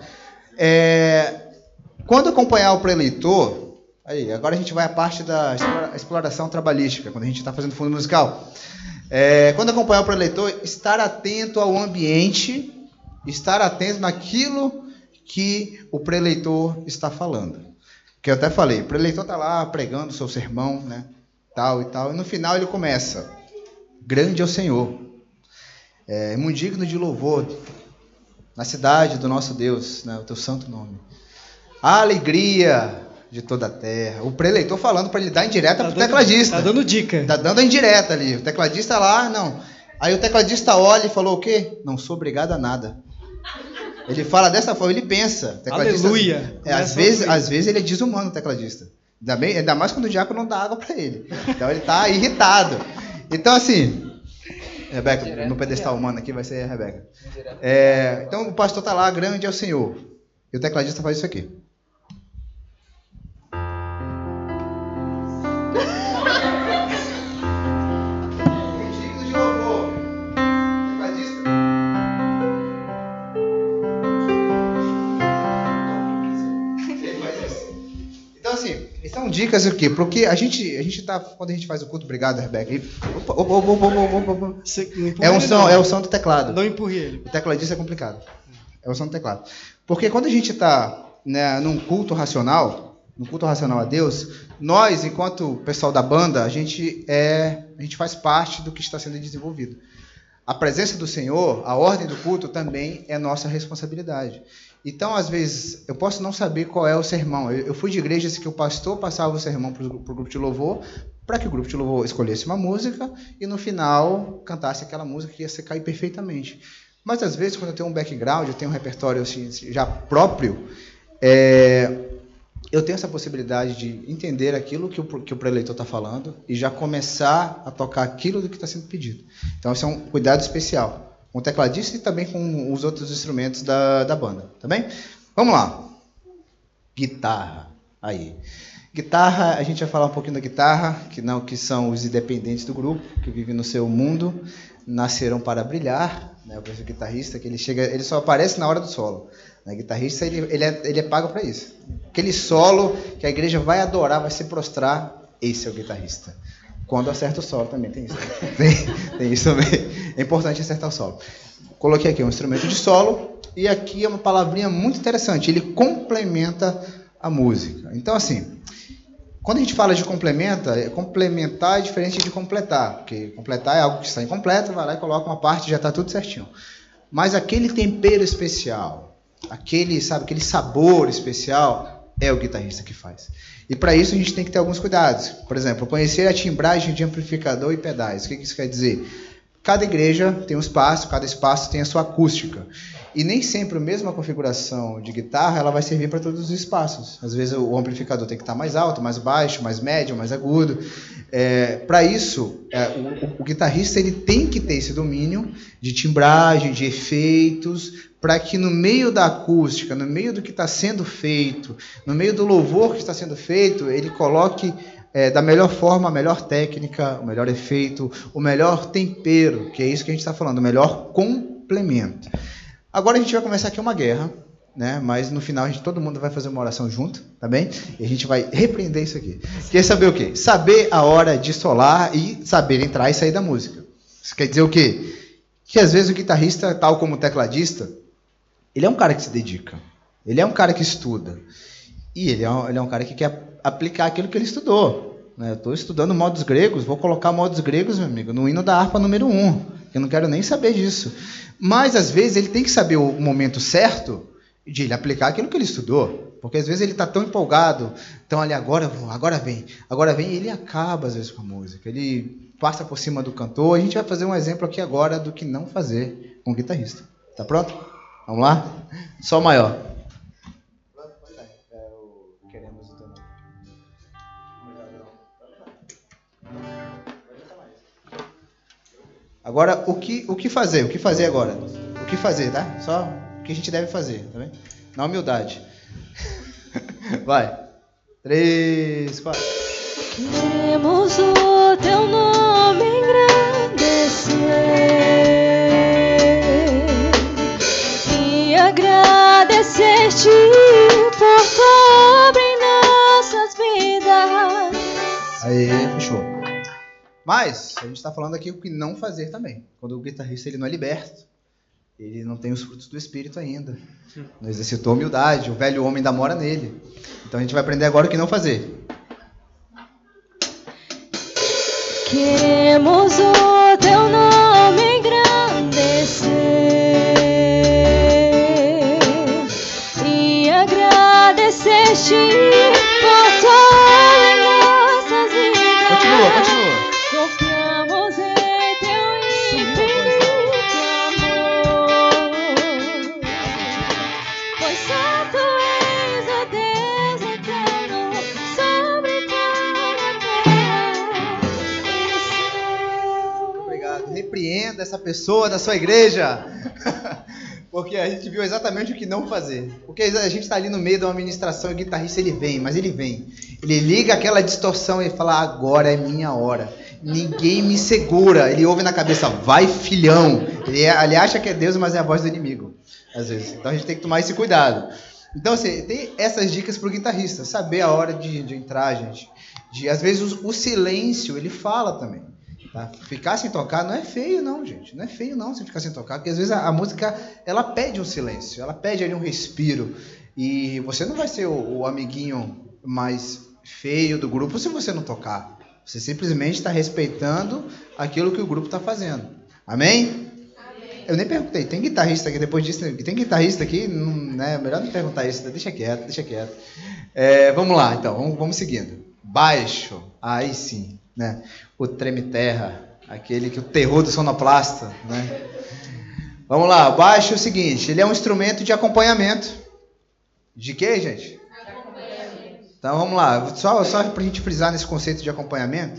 Quando acompanhar o preleitor... Aí, agora a gente vai à parte da exploração trabalhística, quando a gente está fazendo fundo musical. Quando acompanhar o preleitor, estar atento ao ambiente, estar atento naquilo que o preleitor está falando. Que eu até falei, o preleitor está lá pregando o seu sermão, né, tal e tal, e no final ele começa, grande é o Senhor, muito digno de louvor na cidade do nosso Deus, né, o teu santo nome. A alegria de toda a terra. O preleitor falando para ele dar indireta para o tecladista. Tá dando dica. Tá dando a indireta ali. O tecladista lá, não. Aí o tecladista olha e falou o quê? Não sou obrigado a nada. Ele fala dessa forma, ele pensa. Aleluia. Às vezes ele é desumano, o tecladista. Ainda mais quando o diácono não dá água para ele. Então ele tá irritado. Então assim, Rebeca, no pedestal humano aqui vai ser a Rebeca. Então o pastor tá lá, grande é o Senhor. E o tecladista faz isso aqui. dicas aqui, porque a gente tá, quando a gente faz o culto, obrigado, Rebeca. É o som do teclado. Não empurre ele. O tecladista é complicado. É o som do teclado. Porque quando a gente está, né, num culto racional a Deus, nós, enquanto pessoal da banda, a gente faz parte do que está sendo desenvolvido. A presença do Senhor, a ordem do culto também é nossa responsabilidade. Então, às vezes, eu posso não saber qual é o sermão. Eu fui de igrejas que o pastor passava o sermão para o grupo de louvor, para que o grupo de louvor escolhesse uma música e, no final, cantasse aquela música que ia se cair perfeitamente. Mas, às vezes, quando eu tenho um background, eu tenho um repertório assim, já próprio, eu tenho essa possibilidade de entender aquilo que o preleitor está falando e já começar a tocar aquilo do que está sendo pedido. Então, esse é um cuidado especial. Com o tecladista e também com os outros instrumentos da banda, tá bem? Vamos lá. Guitarra. Aí. Guitarra, a gente vai falar um pouquinho da guitarra, que são os independentes do grupo, que vivem no seu mundo, nasceram para brilhar, né? O guitarrista, que ele só aparece na hora do solo. O guitarrista, ele é pago para isso. Aquele solo que a igreja vai adorar, vai se prostrar, esse é o guitarrista. Quando acerta o solo também, tem isso. Tem isso também. É importante acertar o solo. Coloquei aqui um instrumento de solo e aqui é uma palavrinha muito interessante. Ele complementa a música. Então, assim, quando a gente fala de complementar é diferente de completar. Porque completar é algo que está incompleto, vai lá e coloca uma parte e já está tudo certinho. Mas aquele tempero especial, aquele sabor especial, é o guitarrista que faz. E para isso a gente tem que ter alguns cuidados. Por exemplo, conhecer a timbragem de amplificador e pedais. O que isso quer dizer? Cada igreja tem um espaço, cada espaço tem a sua acústica. E nem sempre a mesma configuração de guitarra ela vai servir para todos os espaços. Às vezes o amplificador tem que estar mais alto, mais baixo, mais médio, mais agudo. Para isso, o guitarrista ele tem que ter esse domínio de timbragem, de efeitos, para que no meio da acústica, no meio do que está sendo feito, no meio do louvor que está sendo feito, ele coloque da melhor forma, a melhor técnica, o melhor efeito, o melhor tempero, que é isso que a gente está falando, o melhor complemento. Agora a gente vai começar aqui uma guerra, né? Mas no final todo mundo vai fazer uma oração junto, tá bem? E a gente vai repreender isso aqui. Quer saber o quê? Saber a hora de solar e saber entrar e sair da música. Isso quer dizer o quê? Que às vezes o guitarrista, tal como o tecladista, ele é um cara que se dedica, ele é um cara que estuda, e ele é um cara que quer aplicar aquilo que ele estudou. Né? Eu estou estudando modos gregos, vou colocar modos gregos, meu amigo, no hino da harpa número 1, eu não quero nem saber disso. Mas, às vezes, ele tem que saber o momento certo de ele aplicar aquilo que ele estudou, porque às vezes ele está tão empolgado, então ali agora vem, e ele acaba, às vezes, com a música, ele passa por cima do cantor. A gente vai fazer um exemplo aqui agora do que não fazer com o guitarrista. Tá pronto? Vamos lá? Sol maior. Queremos o teu nome. Agora, o que fazer? O que fazer agora? O que fazer, tá? Só o que a gente deve fazer, tá bem? Na humildade. Vai. 3, 4. Queremos o teu nome engrandecer e agradecer-te por tua obra em nossas vidas. Aí, fechou. Mas a gente está falando aqui o que não fazer também. Quando o guitarrista ele não é liberto, ele não tem os frutos do Espírito ainda, não exercitou a humildade, o velho homem ainda mora nele. Então a gente vai aprender agora o que não fazer. Queremos o teu nome engrandecer e agradecer-te por tua em nossas vidas. Continua. Confiamos em teu infinito amor, pois santo és, ó Deus eterno, sobre toda a terra e céu. Obrigado. Repreenda essa pessoa da sua igreja. Porque a gente viu exatamente o que não fazer. Porque a gente está ali no meio de uma ministração e o guitarrista ele vem. Ele liga aquela distorção e fala, agora é minha hora. Ninguém me segura. Ele ouve na cabeça, vai filhão. Ele acha que é Deus, mas é a voz do inimigo, às vezes. Então a gente tem que tomar esse cuidado. Então, assim, tem essas dicas para o guitarrista, saber a hora de entrar, gente. Às vezes o silêncio, ele fala também. Tá? Ficar sem tocar não é feio não, gente. Não é feio não você ficar sem tocar, porque às vezes a música, ela pede um silêncio, ela pede ali um respiro. E você não vai ser o amiguinho mais feio do grupo se você não tocar. Você simplesmente está respeitando aquilo que o grupo está fazendo. Amém? Eu nem perguntei, tem guitarrista aqui, depois disso, tem guitarrista aqui? Não, né? Melhor não perguntar isso, deixa quieto. Vamos lá, então, vamos seguindo. Baixo, aí sim, né? O treme-terra, aquele que o terror do sonoplasta, né? Vamos lá, o baixo é o seguinte, ele é um instrumento de acompanhamento. De quê, gente? Acompanhamento. Então, vamos lá, só para a gente frisar nesse conceito de acompanhamento,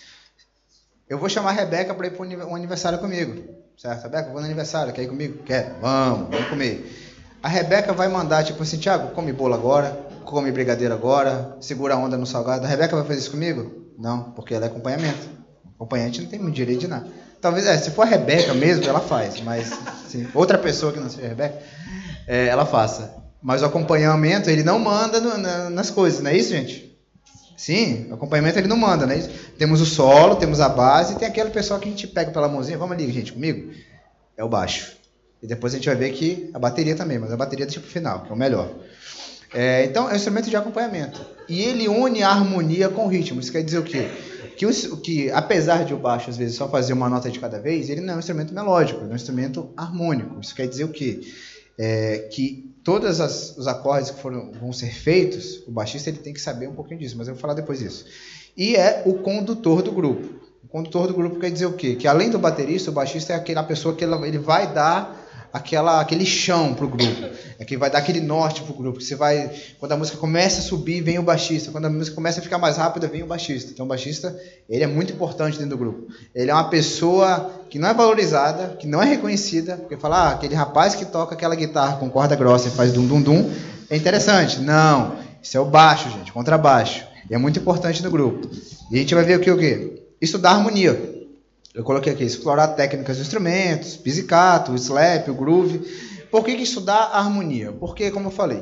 eu vou chamar a Rebeca para ir para um aniversário comigo. Certo, Rebeca, vou no aniversário, quer ir comigo? Quer? Vamos comer. A Rebeca vai mandar, tipo assim, Thiago, come bolo agora, come brigadeiro agora, segura a onda no salgado. A Rebeca vai fazer isso comigo? Não, porque ela é acompanhamento. Acompanhante não tem muito direito de nada. Talvez, se for a Rebeca mesmo, ela faz, mas sim, outra pessoa que não seja a Rebeca, ela faça. Mas o acompanhamento, ele não manda nas coisas, não é isso, gente? Sim, o acompanhamento ele não manda, né? Temos o solo, temos a base, e tem aquele pessoal que a gente pega pela mãozinha, vamos ali, gente, comigo? É o baixo. E depois a gente vai ver que a bateria também, mas a bateria deixa pro final, que é o melhor. Então, é um instrumento de acompanhamento. E ele une a harmonia com o ritmo. Isso quer dizer o quê? Que apesar de o baixo, às vezes, só fazer uma nota de cada vez, ele não é um instrumento melódico, ele é um instrumento harmônico. Isso quer dizer o quê? Que todos os acordes que vão ser feitos, o baixista ele tem que saber um pouquinho disso, mas eu vou falar depois disso. E é o condutor do grupo. O condutor do grupo quer dizer o quê? Que além do baterista, o baixista é aquela pessoa que ele vai dar aquele chão para o grupo, que vai dar aquele norte para o grupo. Quando a música começa a subir, vem o baixista. Quando a música começa a ficar mais rápida, vem o baixista. Então o baixista ele é muito importante dentro do grupo. Ele é uma pessoa que não é valorizada, que não é reconhecida, porque fala, aquele rapaz que toca aquela guitarra com corda grossa e faz dum-dum-dum, é interessante. Não, isso é o baixo, gente, contrabaixo. E é muito importante no grupo. E a gente vai ver o quê? Estudar harmonia. Eu coloquei aqui, explorar técnicas dos instrumentos, pizzicato, o slap, o groove. Por que estudar a harmonia? Porque, como eu falei,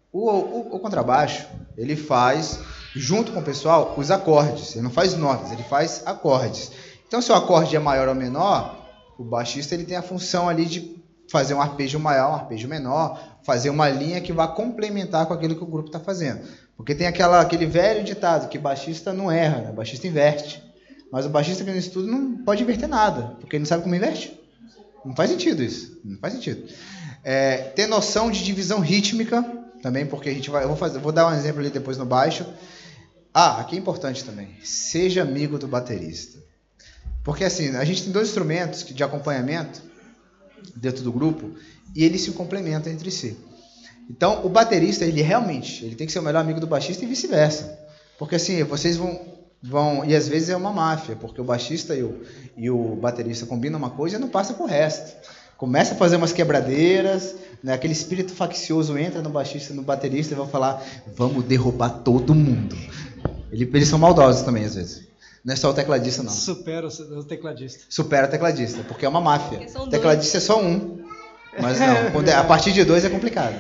o contrabaixo, ele faz, junto com o pessoal, os acordes. Ele não faz notas, ele faz acordes. Então, se o acorde é maior ou menor, o baixista ele tem a função ali de fazer um arpejo maior, um arpejo menor, fazer uma linha que vai complementar com aquilo que o grupo está fazendo. Porque tem aquele velho ditado que baixista não erra, né? Baixista inverte. Mas o baixista que não estuda não pode inverter nada, porque ele não sabe como inverte. Não faz sentido isso. Não faz sentido. Ter noção de divisão rítmica também, porque eu vou dar um exemplo ali depois no baixo. Aqui é importante também. Seja amigo do baterista. Porque assim, a gente tem dois instrumentos de acompanhamento dentro do grupo e eles se complementam entre si. Então, o baterista, ele tem que ser o melhor amigo do baixista e vice-versa. Porque assim, vocês vão... E às vezes é uma máfia, porque o baixista e o baterista combinam uma coisa e não passa pro resto. Começa a fazer umas quebradeiras, né? Aquele espírito faccioso entra no baixista e no baterista e vão falar, vamos derrubar todo mundo. Eles são maldosos também, às vezes. Não é só o tecladista, não. Supera o tecladista. Supera o tecladista, porque é uma máfia. O tecladista é só um. Mas não, a partir de dois é complicado.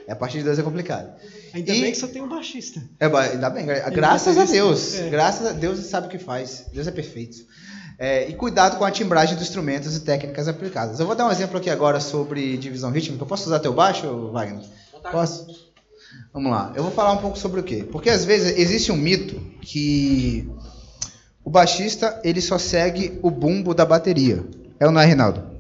Ainda bem que só tem um baixista. Ainda bem, graças a Deus. Graças a Deus ele sabe o que faz. Deus é perfeito. E cuidado com a timbragem dos instrumentos e técnicas aplicadas. Eu vou dar um exemplo aqui agora sobre divisão rítmica. Eu posso usar teu baixo, Wagner? Posso? Vamos lá. Eu vou falar um pouco sobre o quê? Porque às vezes existe um mito que o baixista ele só segue o bumbo da bateria. É ou não é, Reinaldo?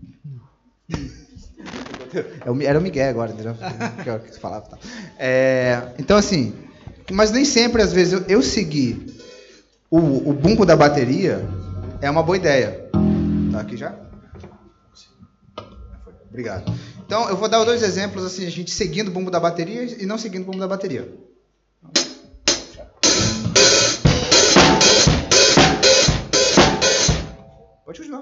Era o Miguel agora, entendeu? Que é o que tu falava. Tá. Então, assim, mas nem sempre, às vezes, eu seguir o bumbo da bateria é uma boa ideia. Tá aqui já? Obrigado. Então, eu vou dar 2 exemplos, assim, a gente seguindo o bumbo da bateria e não seguindo o bumbo da bateria. Pode continuar.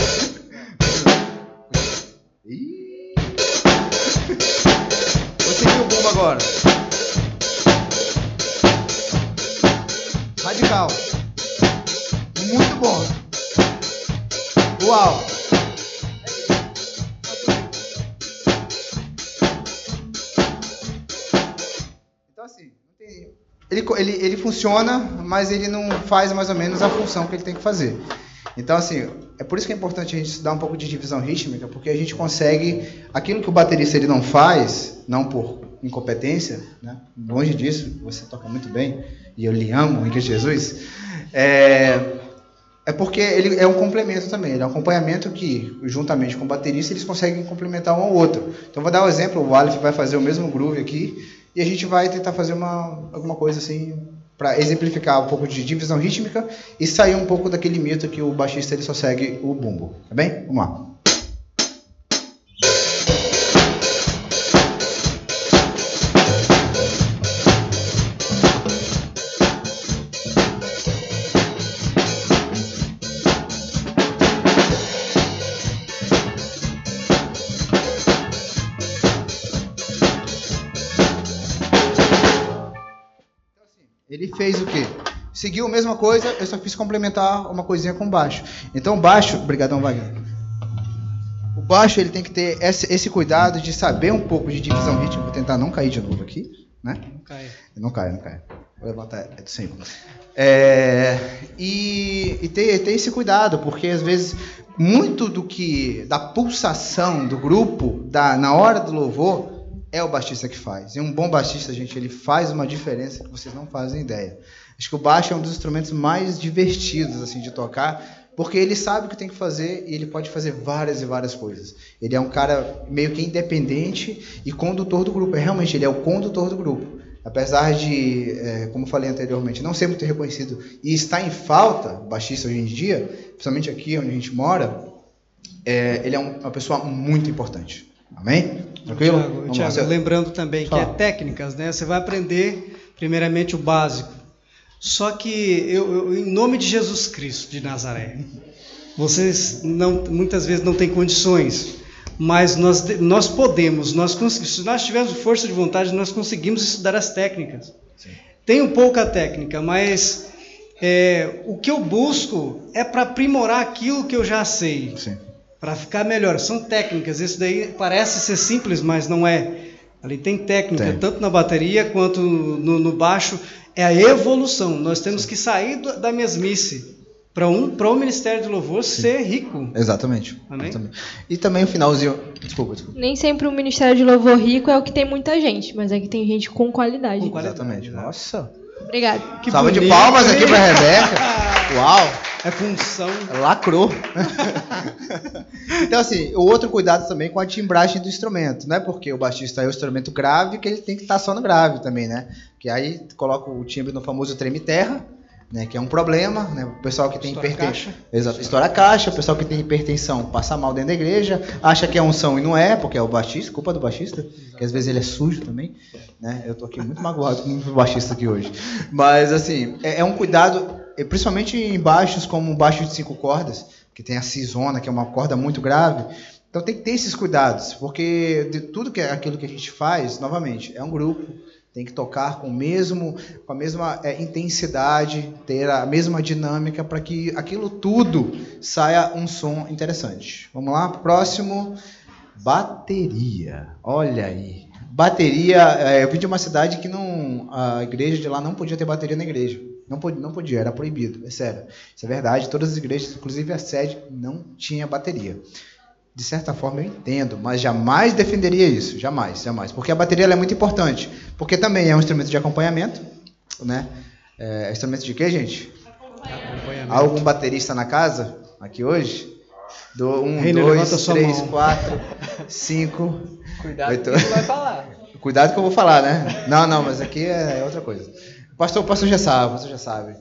Vou seguir o bumbo agora. Radical. Muito bom. Uau. ele funciona, mas ele não faz mais ou menos a função que ele tem que fazer. Então, assim, é por isso que é importante a gente estudar um pouco de divisão rítmica, porque a gente consegue, aquilo que o baterista ele não faz, não por incompetência, né? Longe disso, você toca muito bem, e eu lhe amo, em Cristo Jesus, é porque ele é um complemento também, ele é um acompanhamento que, juntamente com o baterista, eles conseguem complementar um ao outro. Então, vou dar um exemplo, o Aleph vai fazer o mesmo groove aqui, e a gente vai tentar fazer alguma coisa assim, para exemplificar um pouco de divisão rítmica e sair um pouco daquele mito que o baixista ele só segue o bumbo, tá bem? Vamos lá. Ele fez o quê? Seguiu a mesma coisa, eu só fiz complementar uma coisinha com baixo. Então o baixo, obrigadão Wagner. O baixo ele tem que ter esse cuidado de saber um pouco de divisão rítmica. Vou tentar não cair de novo aqui, né? Não cai. Vou levantar do 5. E ter esse cuidado, porque às vezes muito da pulsação do grupo, na hora do louvor, é o baixista que faz. E um bom baixista, gente, ele faz uma diferença que vocês não fazem ideia. Acho que o baixo é um dos instrumentos mais divertidos assim de tocar, porque ele sabe o que tem que fazer e ele pode fazer várias e várias coisas. Ele é um cara meio que independente e condutor do grupo. Realmente, ele é o condutor do grupo. Apesar de, como eu falei anteriormente, não ser muito reconhecido e estar em falta, baixista hoje em dia, principalmente aqui onde a gente mora, ele é uma pessoa muito importante. Amém? Tranquilo? Tiago, lembrando também que é técnicas, né? Você vai aprender primeiramente o básico. Só que eu em nome de Jesus Cristo de Nazaré, vocês muitas vezes não têm condições, mas nós podemos, se nós tivermos força de vontade, nós conseguimos estudar as técnicas. Sim. Tenho pouca técnica, mas o que eu busco é para aprimorar aquilo que eu já sei. Sim. Para ficar melhor. São técnicas. Isso daí parece ser simples, mas não é. Ali tem técnica, tanto na bateria quanto no baixo. É a evolução. Nós temos que sair da mesmice para o Ministério do Louvor ser rico. Exatamente. Amém? Exatamente. E também o finalzinho... Desculpa. Nem sempre o Ministério de Louvor rico é o que tem muita gente, mas é que tem gente com qualidade. Exatamente. Nossa. Obrigado. Salva de palmas aqui para a Rebeca. Uau. É função. Lacrou. Então, assim, o outro cuidado também com a timbragem do instrumento, não é porque o baixista é o instrumento grave que ele tem que estar só no grave também, né? Que aí coloca o timbre no famoso treme-terra, né? Que é um problema, né? O pessoal que tem hipertensão. Exato, estoura a caixa, o pessoal que tem hipertensão passa mal dentro da igreja, acha que é unção e não é, porque é o baixista, culpa do baixista, que às vezes ele é sujo também, né? Eu tô aqui muito magoado com o baixista aqui hoje. Mas, assim, é um cuidado... principalmente em baixos como um baixo de 5 cordas, que tem a cisona, que é uma corda muito grave. Então tem que ter esses cuidados, porque de tudo aquilo que a gente faz, novamente, é um grupo, tem que tocar com a mesma intensidade, ter a mesma dinâmica para que aquilo tudo saia um som interessante. Vamos lá, próximo, bateria. Olha aí. Bateria, eu vim de uma cidade que a igreja de lá não podia ter bateria na igreja. Não podia, era proibido, é sério. Isso é verdade, todas as igrejas, inclusive a sede, não tinha bateria. De certa forma eu entendo, mas jamais defenderia isso, jamais. Porque a bateria ela é muito importante, porque também é um instrumento de acompanhamento, né? Instrumento de quê, gente? Acompanhamento. Há algum baterista na casa, aqui hoje? 1, 2, 3, 4, 5... Cuidado com o que vai falar. Cuidado que eu vou falar, né? Não, mas aqui é outra coisa. O pastor já sabe.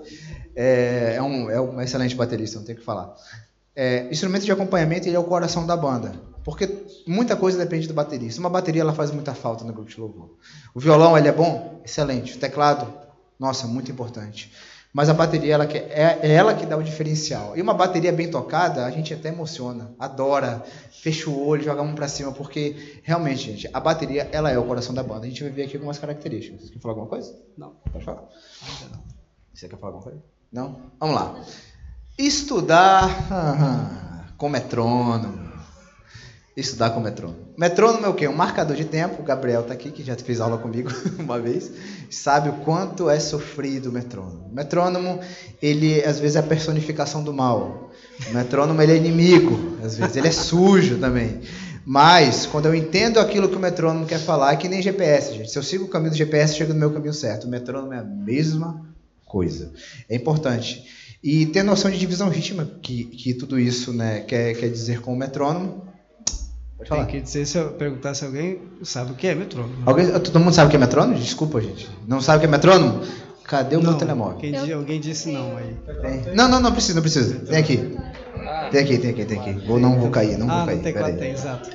É um excelente baterista, não tem o que falar. Instrumento de acompanhamento, ele é o coração da banda. Porque muita coisa depende do baterista. Uma bateria, ela faz muita falta no grupo de louvor. O violão, ele é bom? Excelente. O teclado, nossa, muito importante. Mas a bateria, é ela que dá o diferencial. E uma bateria bem tocada, a gente até emociona, adora, fecha o olho, joga a mão pra cima, porque realmente, gente, a bateria, ela é o coração da banda. A gente vai ver aqui algumas características. Você quer falar alguma coisa? Não. Pode falar. Ainda não. Você quer falar alguma coisa? Não? Vamos lá. Estudar com metrônomo. Estudar com metrônomo. Metrônomo é o quê? Um marcador de tempo. O Gabriel está aqui, que já fez aula comigo uma vez. Sabe o quanto é sofrido o metrônomo. O metrônomo, ele às vezes é a personificação do mal. O metrônomo, ele é inimigo. Às vezes ele é sujo também. Mas, quando eu entendo aquilo que o metrônomo quer falar, é que nem GPS, gente. Se eu sigo o caminho do GPS, eu chego no meu caminho certo. O metrônomo é a mesma coisa. É importante. E ter noção de divisão rítmica, que tudo isso, né, quer dizer com o metrônomo. Pode falar. Tem que dizer, se eu perguntar se alguém sabe o que é metrônomo. Todo mundo sabe o que é metrônomo? Desculpa, gente. Não sabe o que é metrônomo? Cadê o meu telemóvel? Alguém disse não aí. Não precisa. Tem aqui. Tem aqui. Não vou cair. No teclado tem, exato.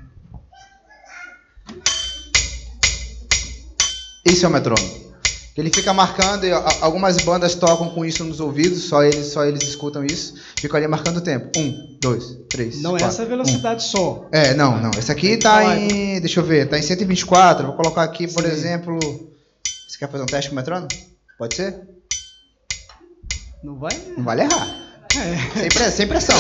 Esse é o metrônomo. Ele fica marcando, e algumas bandas tocam com isso nos ouvidos, só eles escutam isso. Ficam ali marcando o tempo. 1, 2, 3. Não 4, é essa velocidade só. Não. Esse aqui tá em. Deixa eu ver, tá em 124. Vou colocar aqui, por exemplo. Você quer fazer um teste com o metrônomo? Pode ser? Não vai? Não vale errar. Sem pressão.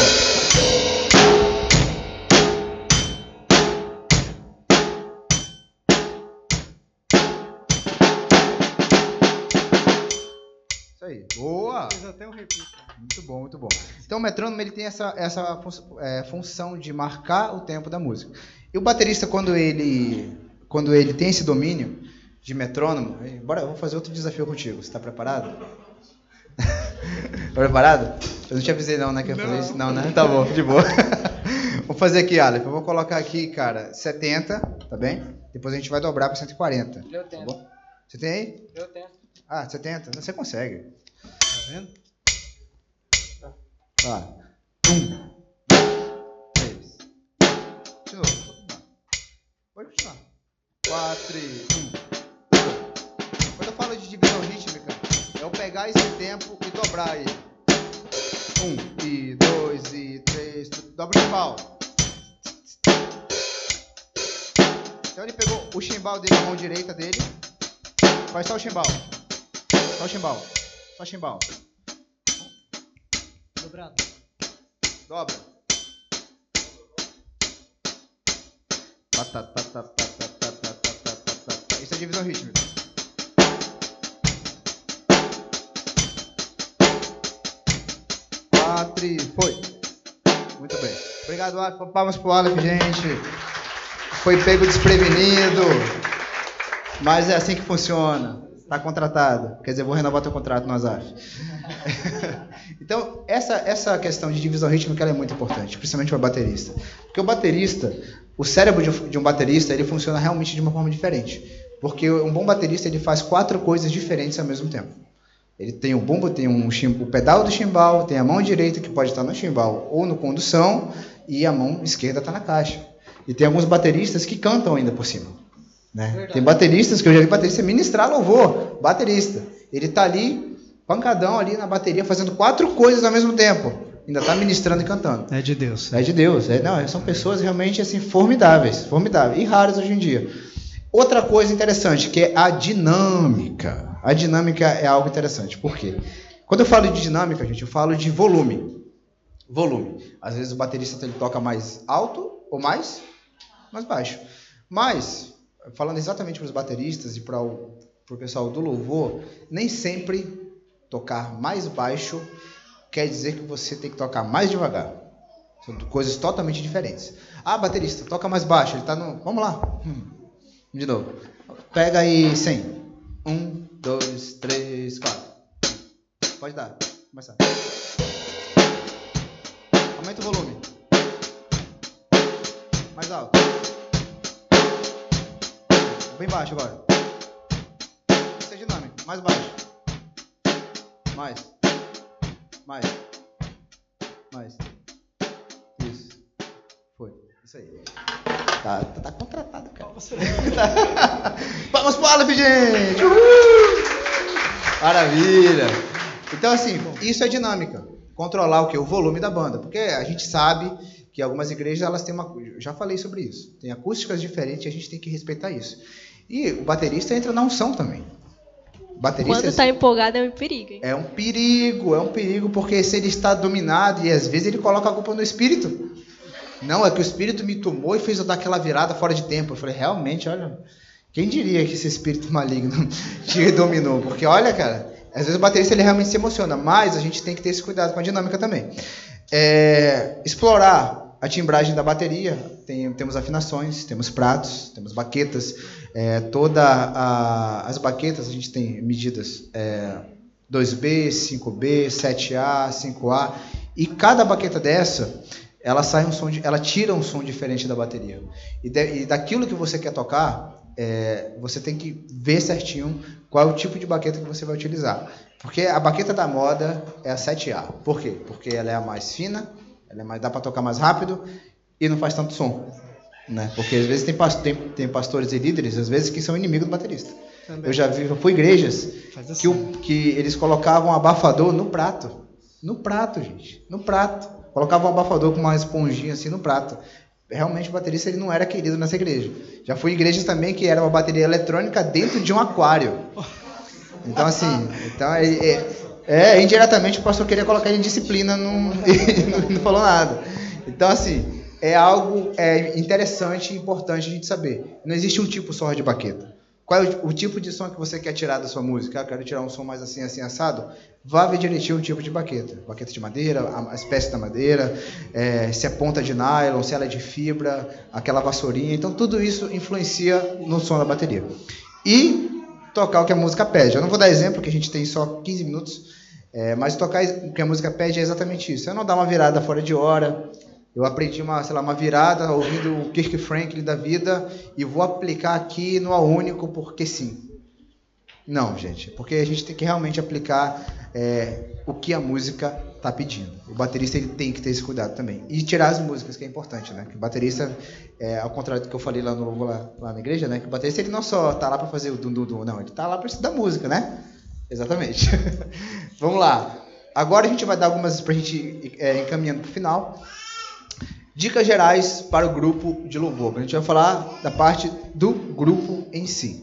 Isso aí. Boa! Fez até um repito. Muito bom. Então o metrônomo, ele tem essa função de marcar o tempo da música. E o baterista, quando ele tem esse domínio de metrônomo, bora, eu vou fazer outro desafio contigo. Você está preparado? Tá preparado? Eu não te avisei não, né, que eu ia fazer isso? Não, né? Tá bom, de boa. Vou fazer aqui, Aleph. Eu vou colocar aqui, cara, 70, tá bem? Depois a gente vai dobrar para 140. Eu tenho. Tá bom? Você tem aí? Eu tenho. 70. Você consegue. Tá vendo? Ó. 1, 2, 3. De novo. Pode continuar. 4 e 1. Quando eu falo de divisão rítmica, é eu pegar esse tempo e dobrar ele. 1 e 2 e 3. Dobra o chimbal. Então ele pegou o chimbal dele, a mão direita dele. Faz só o chimbal. Só o chimbal. Dobrado. Dobra. Isso é divisão rítmica. Foi. Muito bem. Obrigado, Aleph. Palmas pro Aleph, gente. Foi pego desprevenido. Mas é assim que funciona. Tá contratado. Quer dizer, vou renovar teu contrato no Azaf. Então, essa questão de divisão rítmica ela é muito importante, principalmente para o baterista. Porque o baterista, o cérebro de um baterista, ele funciona realmente de uma forma diferente. Porque um bom baterista, ele faz 4 coisas diferentes ao mesmo tempo. Ele tem o bumbo, tem o pedal do chimbal, tem a mão direita que pode estar no chimbal ou no condução, e a mão esquerda está na caixa. E tem alguns bateristas que cantam ainda por cima. Né? Tem bateristas que eu já vi baterista ministrar louvor, baterista. Ele está ali, pancadão ali na bateria, fazendo 4 coisas ao mesmo tempo. Ainda está ministrando e cantando. É de Deus. É de Deus. Não, são pessoas realmente assim, formidáveis. E raras hoje em dia. Outra coisa interessante, que é a dinâmica. A dinâmica é algo interessante. Por quê? Quando eu falo de dinâmica, gente, eu falo de volume. Às vezes o baterista ele toca mais alto ou mais baixo. Mas, falando exatamente para os bateristas e para o pessoal do louvor, nem sempre tocar mais baixo quer dizer que você tem que tocar mais devagar. São coisas totalmente diferentes. Ah, baterista, toca mais baixo. Ele está no... Vamos lá. De novo. Pega aí 100. 1, 2, 3, 4. Pode dar. Começar. Aumenta o volume. Mais alto. Bem baixo agora. Isso é dinâmico. Mais baixo. Mais. Isso. Foi. Isso aí. Tá contratado, cara. Vamos pro Aleph, gente! Uhul! Maravilha! Então, assim, isso é dinâmica. Controlar o quê? O volume da banda. Porque a gente sabe que algumas igrejas, elas têm uma... Já falei sobre isso. Tem acústicas diferentes e a gente tem que respeitar isso. E o baterista entra na unção também. Quando está empolgado é um perigo, hein? É um perigo, porque se ele está dominado, e às vezes ele coloca a culpa no espírito. Não, é que o Espírito me tomou e fez eu dar aquela virada fora de tempo. Eu falei, realmente, olha, quem diria que esse espírito maligno te dominou? Porque olha, cara, às vezes o baterista ele realmente se emociona, mas a gente tem que ter esse cuidado com a dinâmica também. Explorar a timbragem da bateria, temos afinações, temos pratos, temos baquetas, as baquetas a gente tem medidas 2B, 5B, 7A, 5A, e cada baqueta dessa, ela tira um som diferente da bateria. E daquilo que você quer tocar, você tem que ver certinho qual é o tipo de baqueta que você vai utilizar. Porque a baqueta da moda é a 7A. Por quê? Porque ela é a mais fina, dá para tocar mais rápido e não faz tanto som. Né? Porque às vezes tem pastores e líderes, às vezes, que são inimigos do baterista. Também. Eu fui em igrejas que eles colocavam abafador no prato. No prato, gente. No prato. Colocavam um abafador com uma esponjinha assim no prato. Realmente o baterista ele não era querido nessa igreja. Já fui em igrejas também que era uma bateria eletrônica dentro de um aquário. Então assim, indiretamente o pastor queria colocar ele em disciplina e não falou nada. Então assim, é algo interessante e importante a gente saber. Não existe um tipo só de baqueta. Qual é o tipo de som que você quer tirar da sua música? Eu quero tirar um som mais assim, assim, assado. Vá ver direitinho o tipo de baqueta. Baqueta de madeira, a espécie da madeira, se é ponta de nylon, se ela é de fibra, aquela vassourinha. Então, tudo isso influencia no som da bateria. E tocar o que a música pede. Eu não vou dar exemplo, porque a gente tem só 15 minutos, mas tocar o que a música pede é exatamente isso. Eu não dar uma virada fora de hora. Eu aprendi uma virada ouvindo o Kirk Franklin da vida e vou aplicar aqui no A Único porque sim. Não, gente, porque a gente tem que realmente aplicar o que a música está pedindo. O baterista ele tem que ter esse cuidado também. E tirar as músicas, que é importante, né? Que o baterista, ao contrário do que eu falei lá na igreja, né? Que o baterista ele não só está lá para fazer o dum-dum-dum, não, ele está lá para estudar música, né? Exatamente. Vamos lá. Agora a gente vai dar algumas para a gente ir encaminhando para o final. Dicas gerais para o grupo de louvor. A gente vai falar da parte do grupo em si.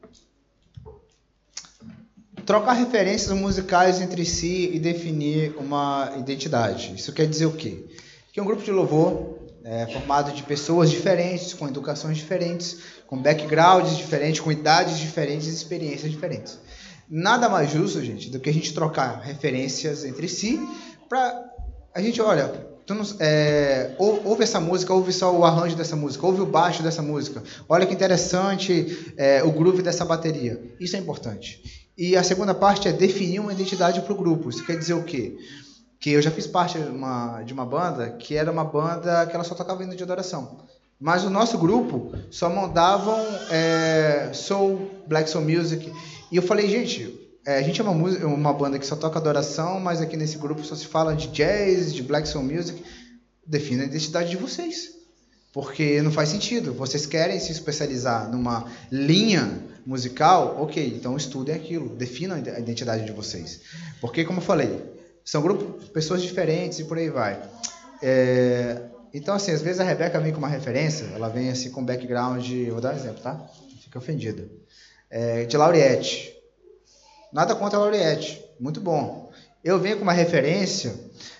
Trocar referências musicais entre si e definir uma identidade. Isso quer dizer o quê? Que um grupo de louvor é formado de pessoas diferentes, com educações diferentes, com backgrounds diferentes, com idades diferentes e experiências diferentes. Nada mais justo, gente, do que a gente trocar referências entre si para a gente, olha... ouve essa música, ouve só o arranjo dessa música, ouve o baixo dessa música, olha que interessante o groove dessa bateria. Isso é importante. E a segunda parte é definir uma identidade para o grupo. Isso quer dizer o quê? Que eu já fiz parte de uma banda que era uma banda que ela só tocava hino de adoração, mas o nosso grupo só mandavam soul, black soul music, e eu falei, gente... a gente é uma banda que só toca adoração, mas aqui nesse grupo só se fala de jazz, de black soul music. Defina a identidade de vocês, porque não faz sentido. Vocês querem se especializar numa linha musical? Ok, então estudem aquilo, definam a identidade de vocês. Porque, como eu falei, são grupos, pessoas diferentes e por aí vai. Então, assim, às vezes a Rebeca vem com uma referência, ela vem assim com background, vou dar um exemplo, tá? Fica ofendida. De Lauriette. Nada contra a Lauriette, muito bom. Eu venho com uma referência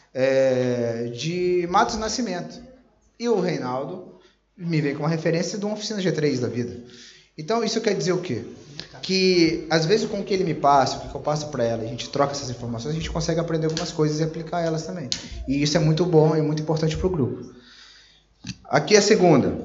de Matos Nascimento. E o Reinaldo me vem com uma referência de uma oficina G3 da vida. Então, isso quer dizer o quê? Que, às vezes, com o que ele me passa, o que eu passo para ela, a gente troca essas informações, a gente consegue aprender algumas coisas e aplicar elas também. E isso é muito bom e muito importante para o grupo. Aqui a segunda.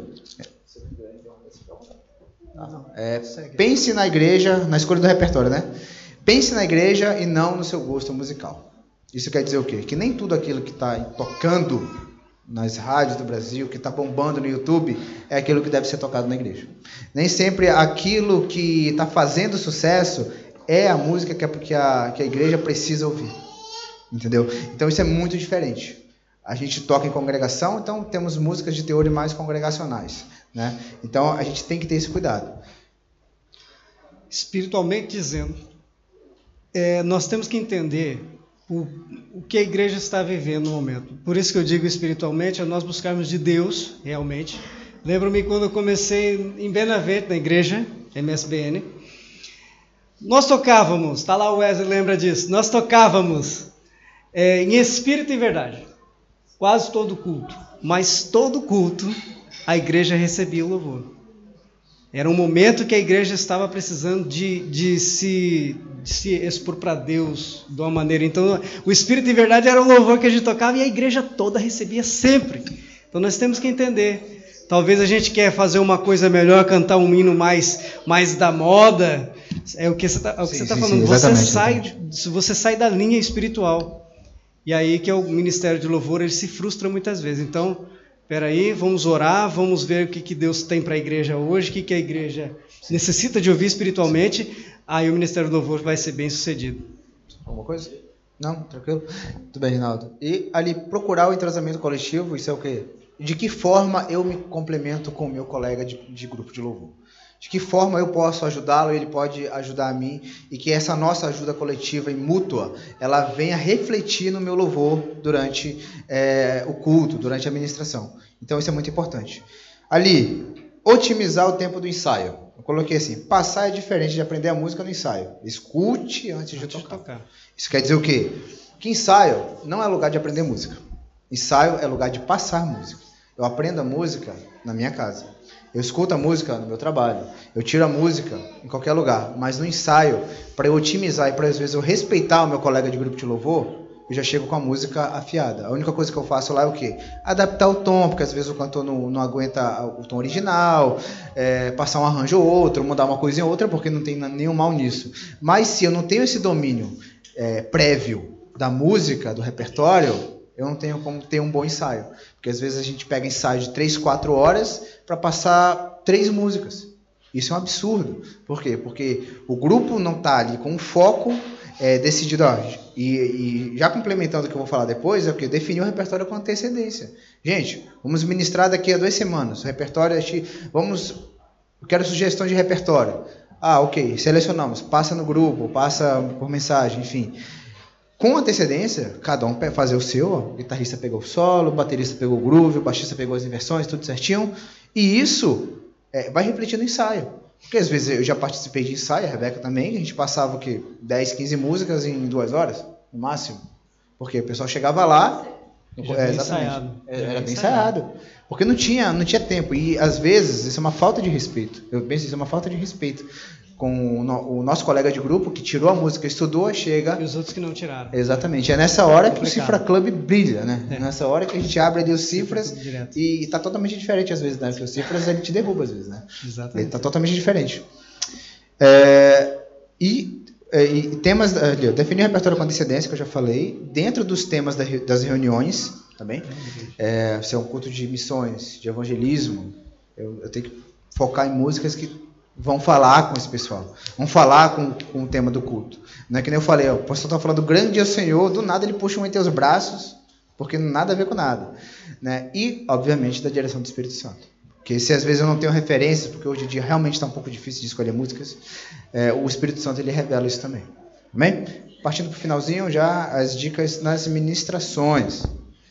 Pense na igreja, na escolha do repertório, né? Pense na igreja e não no seu gosto musical. Isso quer dizer o quê? Que nem tudo aquilo que está tocando nas rádios do Brasil, que está bombando no YouTube, é aquilo que deve ser tocado na igreja. Nem sempre aquilo que está fazendo sucesso é a música que a igreja precisa ouvir. Entendeu? Então isso é muito diferente. A gente toca em congregação, então temos músicas de teor mais congregacionais, né? Então a gente tem que ter esse cuidado. Espiritualmente dizendo, nós temos que entender o que a igreja está vivendo no momento. Por isso que eu digo espiritualmente, é nós buscarmos de Deus, realmente. Lembro-me quando eu comecei em Benavente, na igreja, MSBN, nós tocávamos, está lá o Wesley, lembra disso, nós tocávamos em espírito e verdade. quase todo culto, mas todo culto a igreja recebia o louvor. Era um momento que a igreja estava precisando de se expor para Deus de uma maneira. Então, o Espírito de verdade era o louvor que a gente tocava e a igreja toda recebia sempre. Então, nós temos que entender. Talvez a gente quer fazer uma coisa melhor, cantar um hino mais da moda. É o que você está falando. Você sai da linha espiritual. E aí que é o ministério de louvor, ele se frustra muitas vezes. Então, peraí, vamos orar, vamos ver o que Deus tem para a igreja hoje, o que a igreja necessita de ouvir espiritualmente, aí o ministério do louvor vai ser bem sucedido. Alguma coisa? Não? Tranquilo? Tudo bem, Rinaldo. E ali, procurar o entrosamento coletivo, isso é o quê? De que forma eu me complemento com o meu colega de grupo de louvor? De que forma eu posso ajudá-lo, ele pode ajudar a mim, e que essa nossa ajuda coletiva e mútua, ela venha refletir no meu louvor durante o culto, durante a ministração. Então isso é muito importante. Ali, otimizar o tempo do ensaio. Eu coloquei assim, passar é diferente de aprender a música no ensaio. Escute antes de tocar. Isso quer dizer o quê? Que ensaio não é lugar de aprender música. Ensaio é lugar de passar música. Eu aprendo a música na minha casa. Eu escuto a música no meu trabalho, eu tiro a música em qualquer lugar, mas no ensaio, para eu otimizar e para às vezes eu respeitar o meu colega de grupo de louvor, eu já chego com a música afiada. A única coisa que eu faço lá é o quê? Adaptar o tom, porque às vezes o cantor não aguenta o tom original, passar um arranjo ou outro, mudar uma coisinha ou outra, porque não tem nenhum mal nisso. Mas se eu não tenho esse domínio prévio da música, do repertório, eu não tenho como ter um bom ensaio. Porque às vezes a gente pega ensaio de 3, 4 horas para passar 3 músicas. Isso é um absurdo. Por quê? Porque o grupo não está ali com um foco decidido. E já complementando o que eu vou falar depois, é o que? Definir o repertório com antecedência. Gente, vamos ministrar daqui a 2 semanas. O repertório, eu quero sugestão de repertório. Ok, selecionamos. Passa no grupo, passa por mensagem, enfim. Com antecedência, cada um fazer o seu, o guitarrista pegou o solo, o baterista pegou o groove, o baixista pegou as inversões, tudo certinho, e isso vai refletir no ensaio. Porque às vezes eu já participei de ensaio, a Rebeca também, a gente passava o quê? 10, 15 músicas em 2 horas, no máximo. Porque o pessoal chegava lá, era bem ensaiado. Porque não tinha tempo, e às vezes isso é uma falta de respeito. Eu penso isso é uma falta de respeito com o nosso colega de grupo que tirou a música, estudou, chega... E os outros que não tiraram. Exatamente. É nessa hora que o Cifra Club brilha, né? Nessa hora que a gente abre ali os cifras e está totalmente diferente às vezes, né? Porque os cifras ele te derruba às vezes, né? Exatamente. Ele está totalmente diferente. E temas... definir o repertório com antecedência, que eu já falei. Dentro dos temas das reuniões, também. Se é um culto de missões, de evangelismo, eu tenho que focar em músicas que vão falar com esse pessoal, vão falar com o tema do culto. Não é que nem eu falei, o pastor está falando grande é o Senhor, do nada ele puxa um entre os braços, porque não nada a ver com nada. Né? E, obviamente, da direção do Espírito Santo. Porque se às vezes eu não tenho referências, porque hoje em dia realmente está um pouco difícil de escolher músicas, o Espírito Santo ele revela isso também. Amém? Partindo para o finalzinho, já as dicas nas ministrações.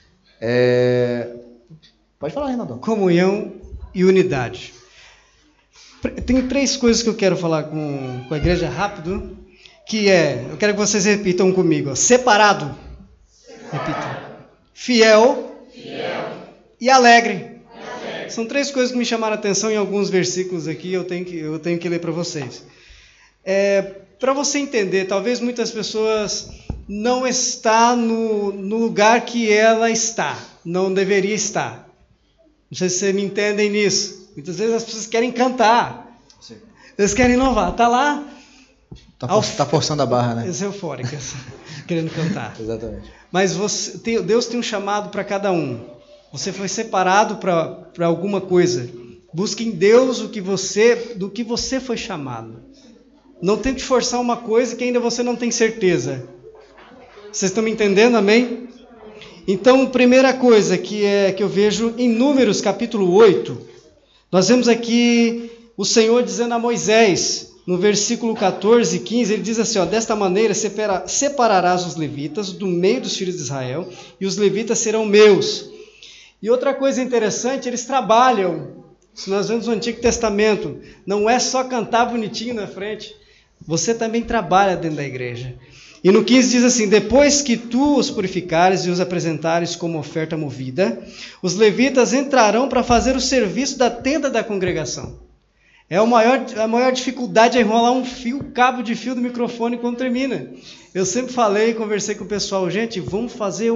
Pode falar, Reinaldo. Comunhão e unidade. Tem 3 coisas que eu quero falar com a igreja rápido, que eu quero que vocês repitam comigo. Separado. Repitam. Fiel. E alegre. São 3 coisas que me chamaram a atenção em alguns versículos aqui, eu tenho que ler para vocês. Para você entender, talvez muitas pessoas não estão no lugar que ela está, não deveria estar. Não sei se vocês me entendem nisso. Muitas vezes as pessoas querem cantar. Sim. Eles querem inovar. Está lá. Está forçando a barra, né? Eles eufóricas, querendo cantar. Exatamente. Mas Deus tem um chamado para cada um. Você foi separado para alguma coisa. Busque em Deus do que você foi chamado. Não tente forçar uma coisa que ainda você não tem certeza. Vocês estão me entendendo, amém? Então, primeira coisa que eu vejo em Números, capítulo 8, nós vemos aqui o Senhor dizendo a Moisés, no versículo 14 e 15, ele diz assim, desta maneira separarás os levitas do meio dos filhos de Israel, e os levitas serão meus. E outra coisa interessante, eles trabalham. Se nós vemos no Antigo Testamento, não é só cantar bonitinho na frente, você também trabalha dentro da igreja. E no 15 diz assim: depois que tu os purificares e os apresentares como oferta movida, os levitas entrarão para fazer o serviço da tenda da congregação. A maior dificuldade é enrolar cabo de fio do microfone quando termina. Eu sempre falei, conversei com o pessoal, gente, vamos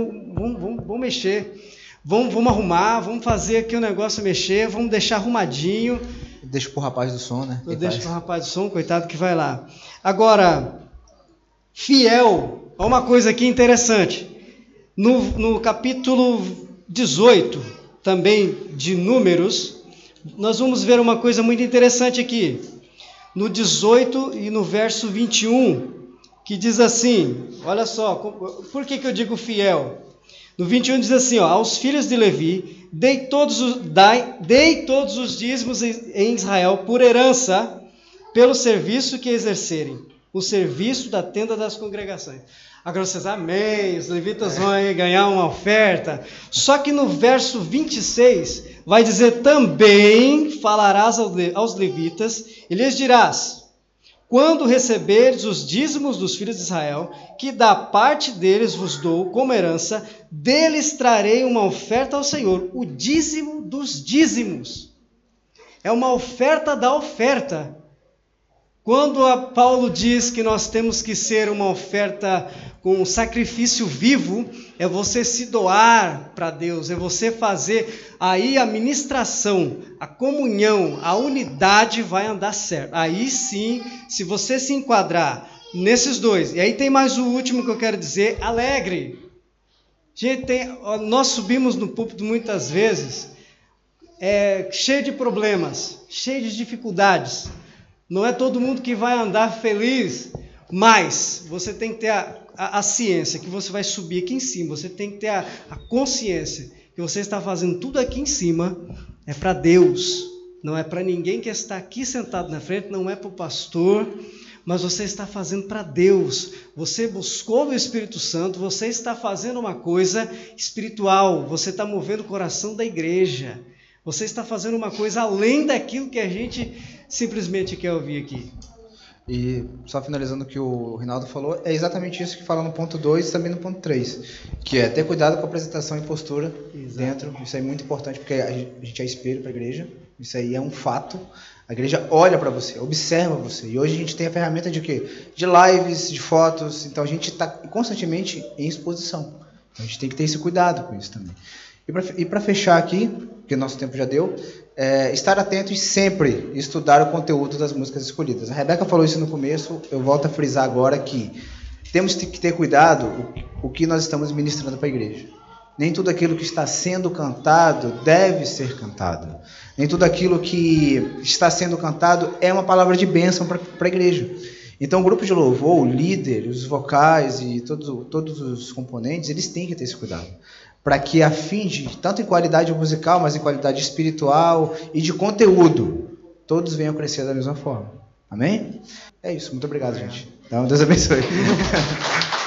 mexer, vamos arrumar, vamos fazer aqui o negócio mexer, vamos deixar arrumadinho. Deixa pro rapaz do som, né? Eu deixo pro rapaz do som, coitado que vai lá. Agora, fiel, olha uma coisa aqui interessante. No capítulo 18, também de Números, nós vamos ver uma coisa muito interessante aqui. No 18 e no verso 21, que diz assim, olha só, por que eu digo fiel? No 21 diz assim, aos filhos de Levi, dei todos os dízimos em Israel por herança, pelo serviço que exercerem, o serviço da tenda das congregações. Agora vocês, amém, os levitas vão aí ganhar uma oferta. Só que no verso 26 vai dizer, também falarás aos levitas e lhes dirás, quando receberdes os dízimos dos filhos de Israel, que da parte deles vos dou como herança, deles trarei uma oferta ao Senhor, o dízimo dos dízimos. É uma oferta da oferta. Quando Paulo diz que nós temos que ser uma oferta com um sacrifício vivo, é você se doar para Deus, é você fazer aí a ministração, a comunhão, a unidade vai andar certo. Aí sim, se você se enquadrar nesses dois, e aí tem mais o último que eu quero dizer, alegre. Gente, nós subimos no púlpito muitas vezes, cheio de problemas, cheio de dificuldades. Não é todo mundo que vai andar feliz, mas você tem que ter a ciência que você vai subir aqui em cima, você tem que ter a consciência que você está fazendo tudo aqui em cima, é para Deus, não é para ninguém que está aqui sentado na frente, não é para o pastor, mas você está fazendo para Deus, você buscou o Espírito Santo, você está fazendo uma coisa espiritual, você está movendo o coração da igreja, você está fazendo uma coisa além daquilo que a gente simplesmente quer ouvir aqui. E só finalizando o que o Rinaldo falou, é exatamente isso que fala no ponto 2 e também no ponto 3, que é ter cuidado com a apresentação e postura. Exato. Dentro, isso é muito importante, porque a gente é espelho para a igreja, isso aí é um fato, a igreja olha para você, observa você, e hoje a gente tem a ferramenta de quê? De lives, de fotos, então a gente está constantemente em exposição, a gente tem que ter esse cuidado com isso também. E para fechar aqui, porque nosso tempo já deu, estar atento e sempre estudar o conteúdo das músicas escolhidas. A Rebeca falou isso no começo, eu volto a frisar agora que temos que ter cuidado o que nós estamos ministrando para a igreja. Nem tudo aquilo que está sendo cantado deve ser cantado. Nem tudo aquilo que está sendo cantado é uma palavra de bênção para a igreja. Então o grupo de louvor, o líder, os vocais e todos os componentes, eles têm que ter esse cuidado. Para que afinde, tanto em qualidade musical, mas em qualidade espiritual e de conteúdo, todos venham crescer da mesma forma. Amém? É isso, muito obrigado, gente. Então, Deus abençoe.